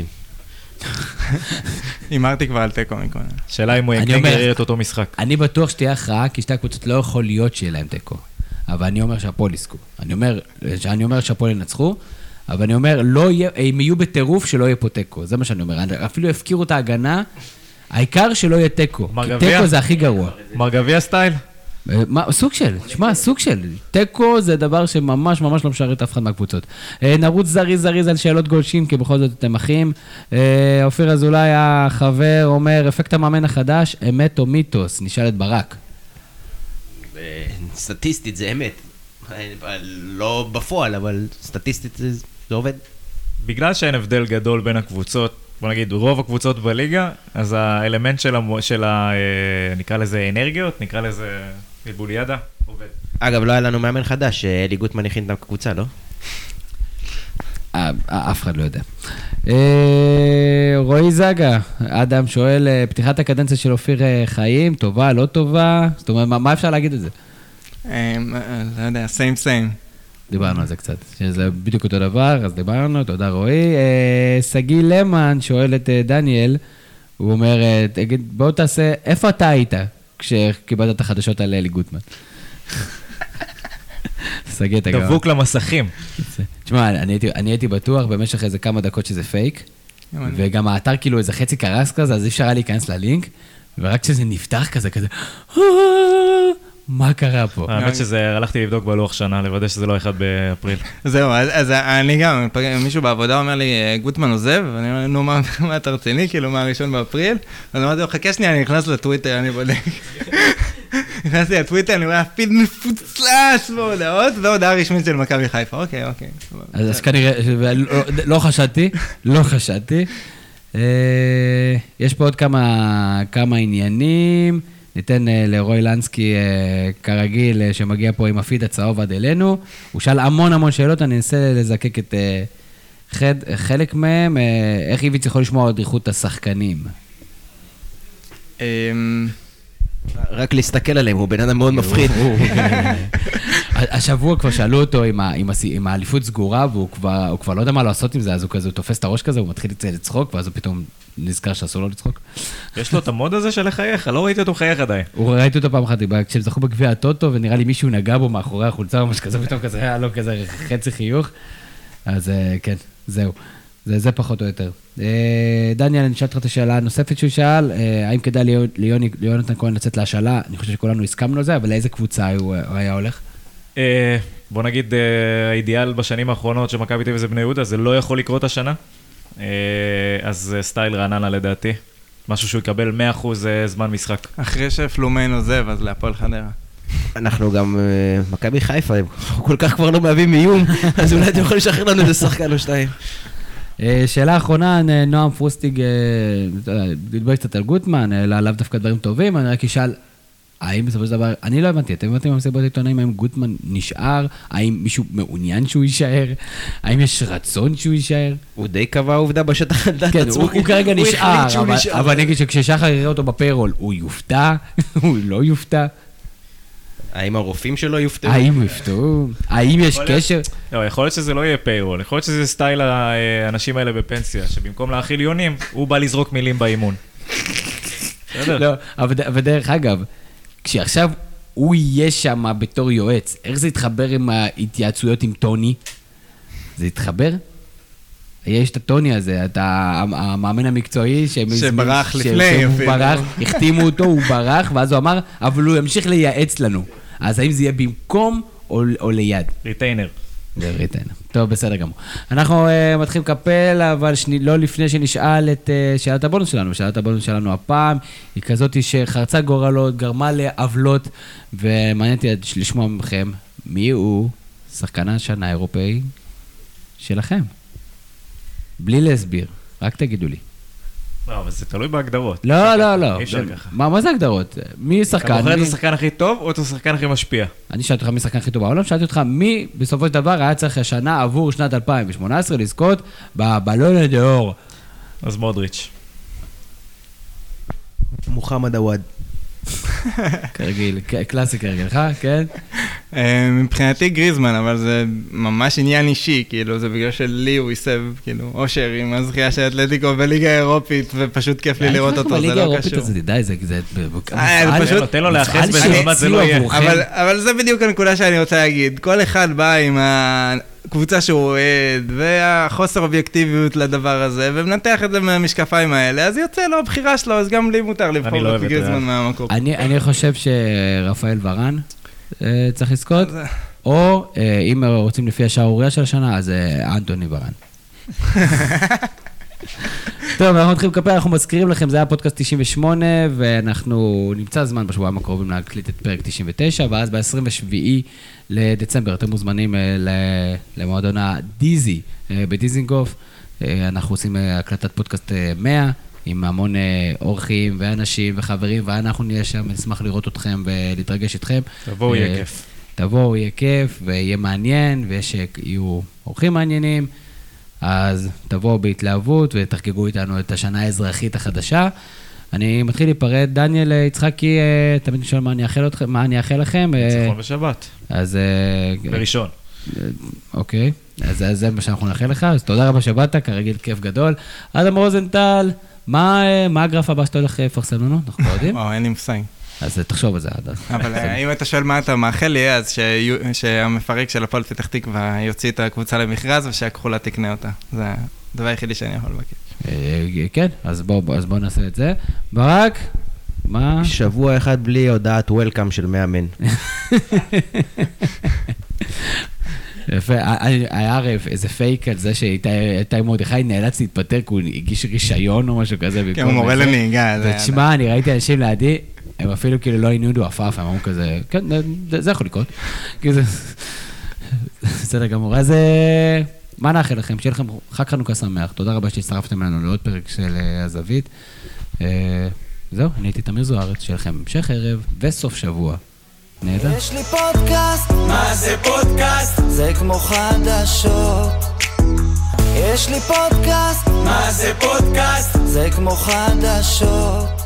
אמרתי כבר על תיקו מקודם. שאלה אם הוא יקלינגר את אותו משחק. אני בטוח שתהיה הכרעה, כי שתי הקבוצות לא יכול להיות שיהיה להם תיקו. אבל אני אומר שהפועל יזכו. אני אומר, אני אומר שהפועל ינצחו, אבל אני אומר, לא יהיה, הם יהיו בטירוף שלא יהיה פה תיקו. זה מה שאני אומר. אפילו יפקירו את ההגנה, העיקר שלא יהיה תיקו. תיקו זה הכי גרוע. מרגביה סטייל? סוג של, תשמע, סוג של. תיקו זה דבר שממש ממש לא משרת אף אחד מהקבוצות. נרוץ זריז זריז על שאלות גולשים, כי בכל זאת אתם אחים. אופיר אזולאי החבר אומר, אפקט המאמן החדש, אמת או מיתוס? נשאל את ברק. סטטיסטית זה אמת. לא בפועל, אבל סטטיסטית זה עובד. בגלל שאין הבדל גדול בין הקבוצות, בוא נגיד, רוב הקבוצות בליגה, אז האלמנט של, המ... של ה... נקרא לזה אנרגיות, נקרא לזה בוליאדה, עובד. אגב, לא היה לנו מאמן חדש, אלי גוטמן הכין את הקבוצה, לא? אף אחד לא יודע. רועי זגה, אדם שואל, פתיחת הקדנציה של אופיר חיים, טובה, לא טובה? זאת אומרת, מה אפשר להגיד את זה? לא יודע, same same. דיברנו על זה קצת, שזה בדיוק אותו דבר, אז דיברנו, תודה רועי. סגי למן שואל את דניאל, הוא אומר, תגיד, בואו תעשה, איפה אתה היית כשקיבלת את החדשות על אלי גוטמן? סגי, אתה גם... דבוק למסכים. תשמע, אני הייתי בטוח במשך איזה כמה דקות שזה פייק, וגם האתר כאילו איזה חצי קרס כזה, אז אי אפשר היה להיכנס ללינק, ורק כשזה נפתח כזה, כזה, מה קרה פה? האמת שזה, הלכתי לבדוק בלוח שנה, לוודא שזה לא אחד באפריל. זהו, אז אני גם, מישהו בעבודה אומר לי, גוטמן עוזב, ואני אומר, נו, מה אתה רציני, כאילו, מה הראשון באפריל? אז אמרתי לו, חכה שנייה, אני נכנס לטוויטר, אני בודק. נכנסתי לטוויטר, אני רואה, פיד מפוצלש בהודעות, והודעה רשמית של מכבי חיפה, אוקיי, אוקיי. אז כנראה, לא חשדתי, לא חשדתי. יש פה עוד כמה עניינים. ניתן לרוי לנסקי, כרגיל, שמגיע פה עם הפיד הצהוב עד אלינו. הוא שאל המון המון שאלות, אני אנסה לזקק את חלק מהם. איך איביץ יכול לשמוע עוד איכות השחקנים? רק להסתכל עליהם, הוא בן אדם מאוד מפחיד. השבוע כבר שאלו אותו עם האליפות סגורה, והוא כבר לא יודע מה לעשות עם זה, אז הוא כזה, הוא תופס את הראש כזה, הוא מתחיל לצחוק, ואז הוא פתאום נזכר שאסור לו לצחוק. יש לו את המוד הזה של לחייך, לא ראיתי אותו מחייך עדיין. הוא ראיתי אותו פעם אחת, כשהם זכו בגביע הטוטו, ונראה לי מישהו נגע בו מאחורי החולצה, ממש כזה, פתאום כזה, היה לו כזה חצי חיוך. אז כן, זהו. זה פחות או יותר. דניאל, אני שאלת לך את השאלה הנוספת שהוא שאל, האם כדאי ליונתן כהן לצאת להשאלה? אני חושב שכולנו הסכמנו על זה, אבל לאיזה קבוצה הוא היה הולך? בוא נגיד, האידיאל בשנים האחרונות שמכבי תל אביב זה בני יהודה, זה לא יכול לקרות השנה. אז סטייל רעננה לדעתי. משהו שהוא יקבל מאה אחוז זמן משחק. אחרי שפלומן עוזב, אז להפועל חדרה. אנחנו גם, מכבי חיפה, כל כך כבר לא מהווים איום, אז אולי אתם יכולים לשחרר לנו איזה שחקן או שתיים. שאלה אחרונה, נועם פרוסטיג, דיבר קצת על גוטמן, עליו דווקא דברים טובים, אני רק אשאל, האם בסופו של דבר, אני לא הבנתי, אתם הבנתם במסיבות עיתונאים, האם גוטמן נשאר, האם מישהו מעוניין שהוא יישאר, האם יש רצון שהוא יישאר? הוא די קבע עובדה בשטח על דעת עצמו. הוא כרגע נשאר, אבל אני אגיד שכששחר יראה אותו בפיירול, הוא יופתע, הוא לא יופתע. האם הרופאים שלו יופתעו? האם יופתעו? האם יש קשר? לא, יכול להיות שזה לא יהיה פיירול, יכול להיות שזה סטייל האנשים האלה בפנסיה, שבמקום להאכיל יונים, הוא בא לזרוק מילים באימון. לא, אבל דרך אגב, כשעכשיו הוא יהיה שם בתור יועץ, איך זה יתחבר עם ההתייעצויות עם טוני? זה יתחבר? יש את הטוני הזה, את המאמן המקצועי שברח לפני, שהוא ברח, החתימו אותו, הוא ברח, ואז הוא אמר, אבל הוא ימשיך לייעץ לנו. אז האם זה יהיה במקום או ליד? ריטיינר. זה ריטיינר. טוב, בסדר גמור. אנחנו מתחילים לקפל, אבל לא לפני שנשאל את שאלת הבונוס שלנו. שאלת הבונוס שלנו הפעם היא כזאת שחרצה גורלות, גרמה לעוולות, ומעניין אותי לשמוע מכם מי הוא שחקן השנה האירופאי שלכם. בלי להסביר, רק תגידו לי. לא, אבל זה תלוי בהגדרות. לא, לא, לא. אי אפשר ככה. מה זה הגדרות? מי שחקן? אתה בוחר את השחקן הכי טוב או את השחקן הכי משפיע? אני שאלתי אותך מי שחקן הכי טוב בעולם, שאלתי אותך מי בסופו של דבר היה צריך השנה עבור שנת אלפיים ושמונה עשרה לזכות בבלון ד'אור. אז מודריץ'. מוחמד עוואד. כרגיל, קלאסי כרגלך, כן? מבחינתי גריזמן, אבל זה ממש עניין אישי, כאילו, זה בגלל שלי הוא ייסב, כאילו, אושר עם הזכייה של אתלטיקו בליגה האירופית, ופשוט כיף לי לראות אותו, זה לא קשור. בליגה האירופית הזה, די, זה... תן לו להאחז במעמד, זה לא יהיה. אבל זה בדיוק הנקודה שאני רוצה להגיד. כל אחד בא עם הקבוצה שהוא אוהד, והחוסר אובייקטיביות לדבר הזה, ומנתח את זה מהמשקפיים האלה, אז יוצא לו הבחירה שלו, אז גם לי מותר לבחור את גריזמן מהמקור. אני חושב שרפאל ורן צריך לזכות, או אם רוצים לפי השערוריה של השנה, אז אנטוני ורן. טוב, אנחנו מתחילים לקפל, אנחנו מזכירים לכם, זה היה פודקאסט תשעים ושמונה, ואנחנו נמצא זמן בשבועיים הקרובים להקליט את פרק תשעים ותשע, ואז ב-עשרים ושבעה לדצמבר, אתם מוזמנים למועדון הדיזי בדיזינגוף, אנחנו עושים הקלטת פודקאסט מאה, עם המון אורחים ואנשים וחברים, ואנחנו נהיה שם, נשמח לראות אתכם ולהתרגש איתכם. תבואו, יהיה כיף. תבואו, יהיה כיף, ויהיה מעניין, ויש יהיו אורחים מעניינים, אז תבואו בהתלהבות ותחגגו איתנו את השנה האזרחית החדשה. אני מתחיל להיפרד. דניאל יצחקי, תמיד נשאל מה אני אאחל אתכם, מה אני אאחל לכם. ניצחון בשבת. אז... בראשון. אוקיי, אז זה מה שאנחנו נאחל לך. אז תודה רבה שבאת, כרגיל כיף גדול. אדם רוזנטל, מה הגרף הבא שאתה הולך לפרסם לנו? אנחנו לא יודעים. וואו, אין לי מושג. אז תחשוב על זה עד אז. אבל אם אתה שואל מה אתה מאחל לי, אז שהמפרק של הפועל פתח תקווה יוציא את הקבוצה למכרז ושהכחולה תקנה אותה. זה הדבר היחידי שאני יכול לבקש. כן, אז בואו נעשה את זה. ברק, מה? שבוע אחד בלי הודעת וולקאם של מאמן. יפה, היה הרי איזה פייק על זה שאיתי מרדכי נאלץ להתפטר, כי הוא הגיש רישיון או משהו כזה. כן, הוא מורה לנהיגה. ותשמע, אני ראיתי אנשים לידי, הם אפילו כאילו לא עיניו עפף, הם אמרו כזה, כן, זה יכול לקרות. בסדר גמור. אז מה נאחל לכם? שיהיה לכם חג חנוכה שמח. תודה רבה שהצטרפתם אלינו לעוד פרק של הזווית. זהו, אני הייתי תמיר זוארץ, שיהיה לכם המשך ערב וסוף שבוע. נהדר. יש לי פודקאסט, מה זה פודקאסט? זה כמו חדשות. יש לי פודקאסט, מה זה פודקאסט? זה כמו חדשות.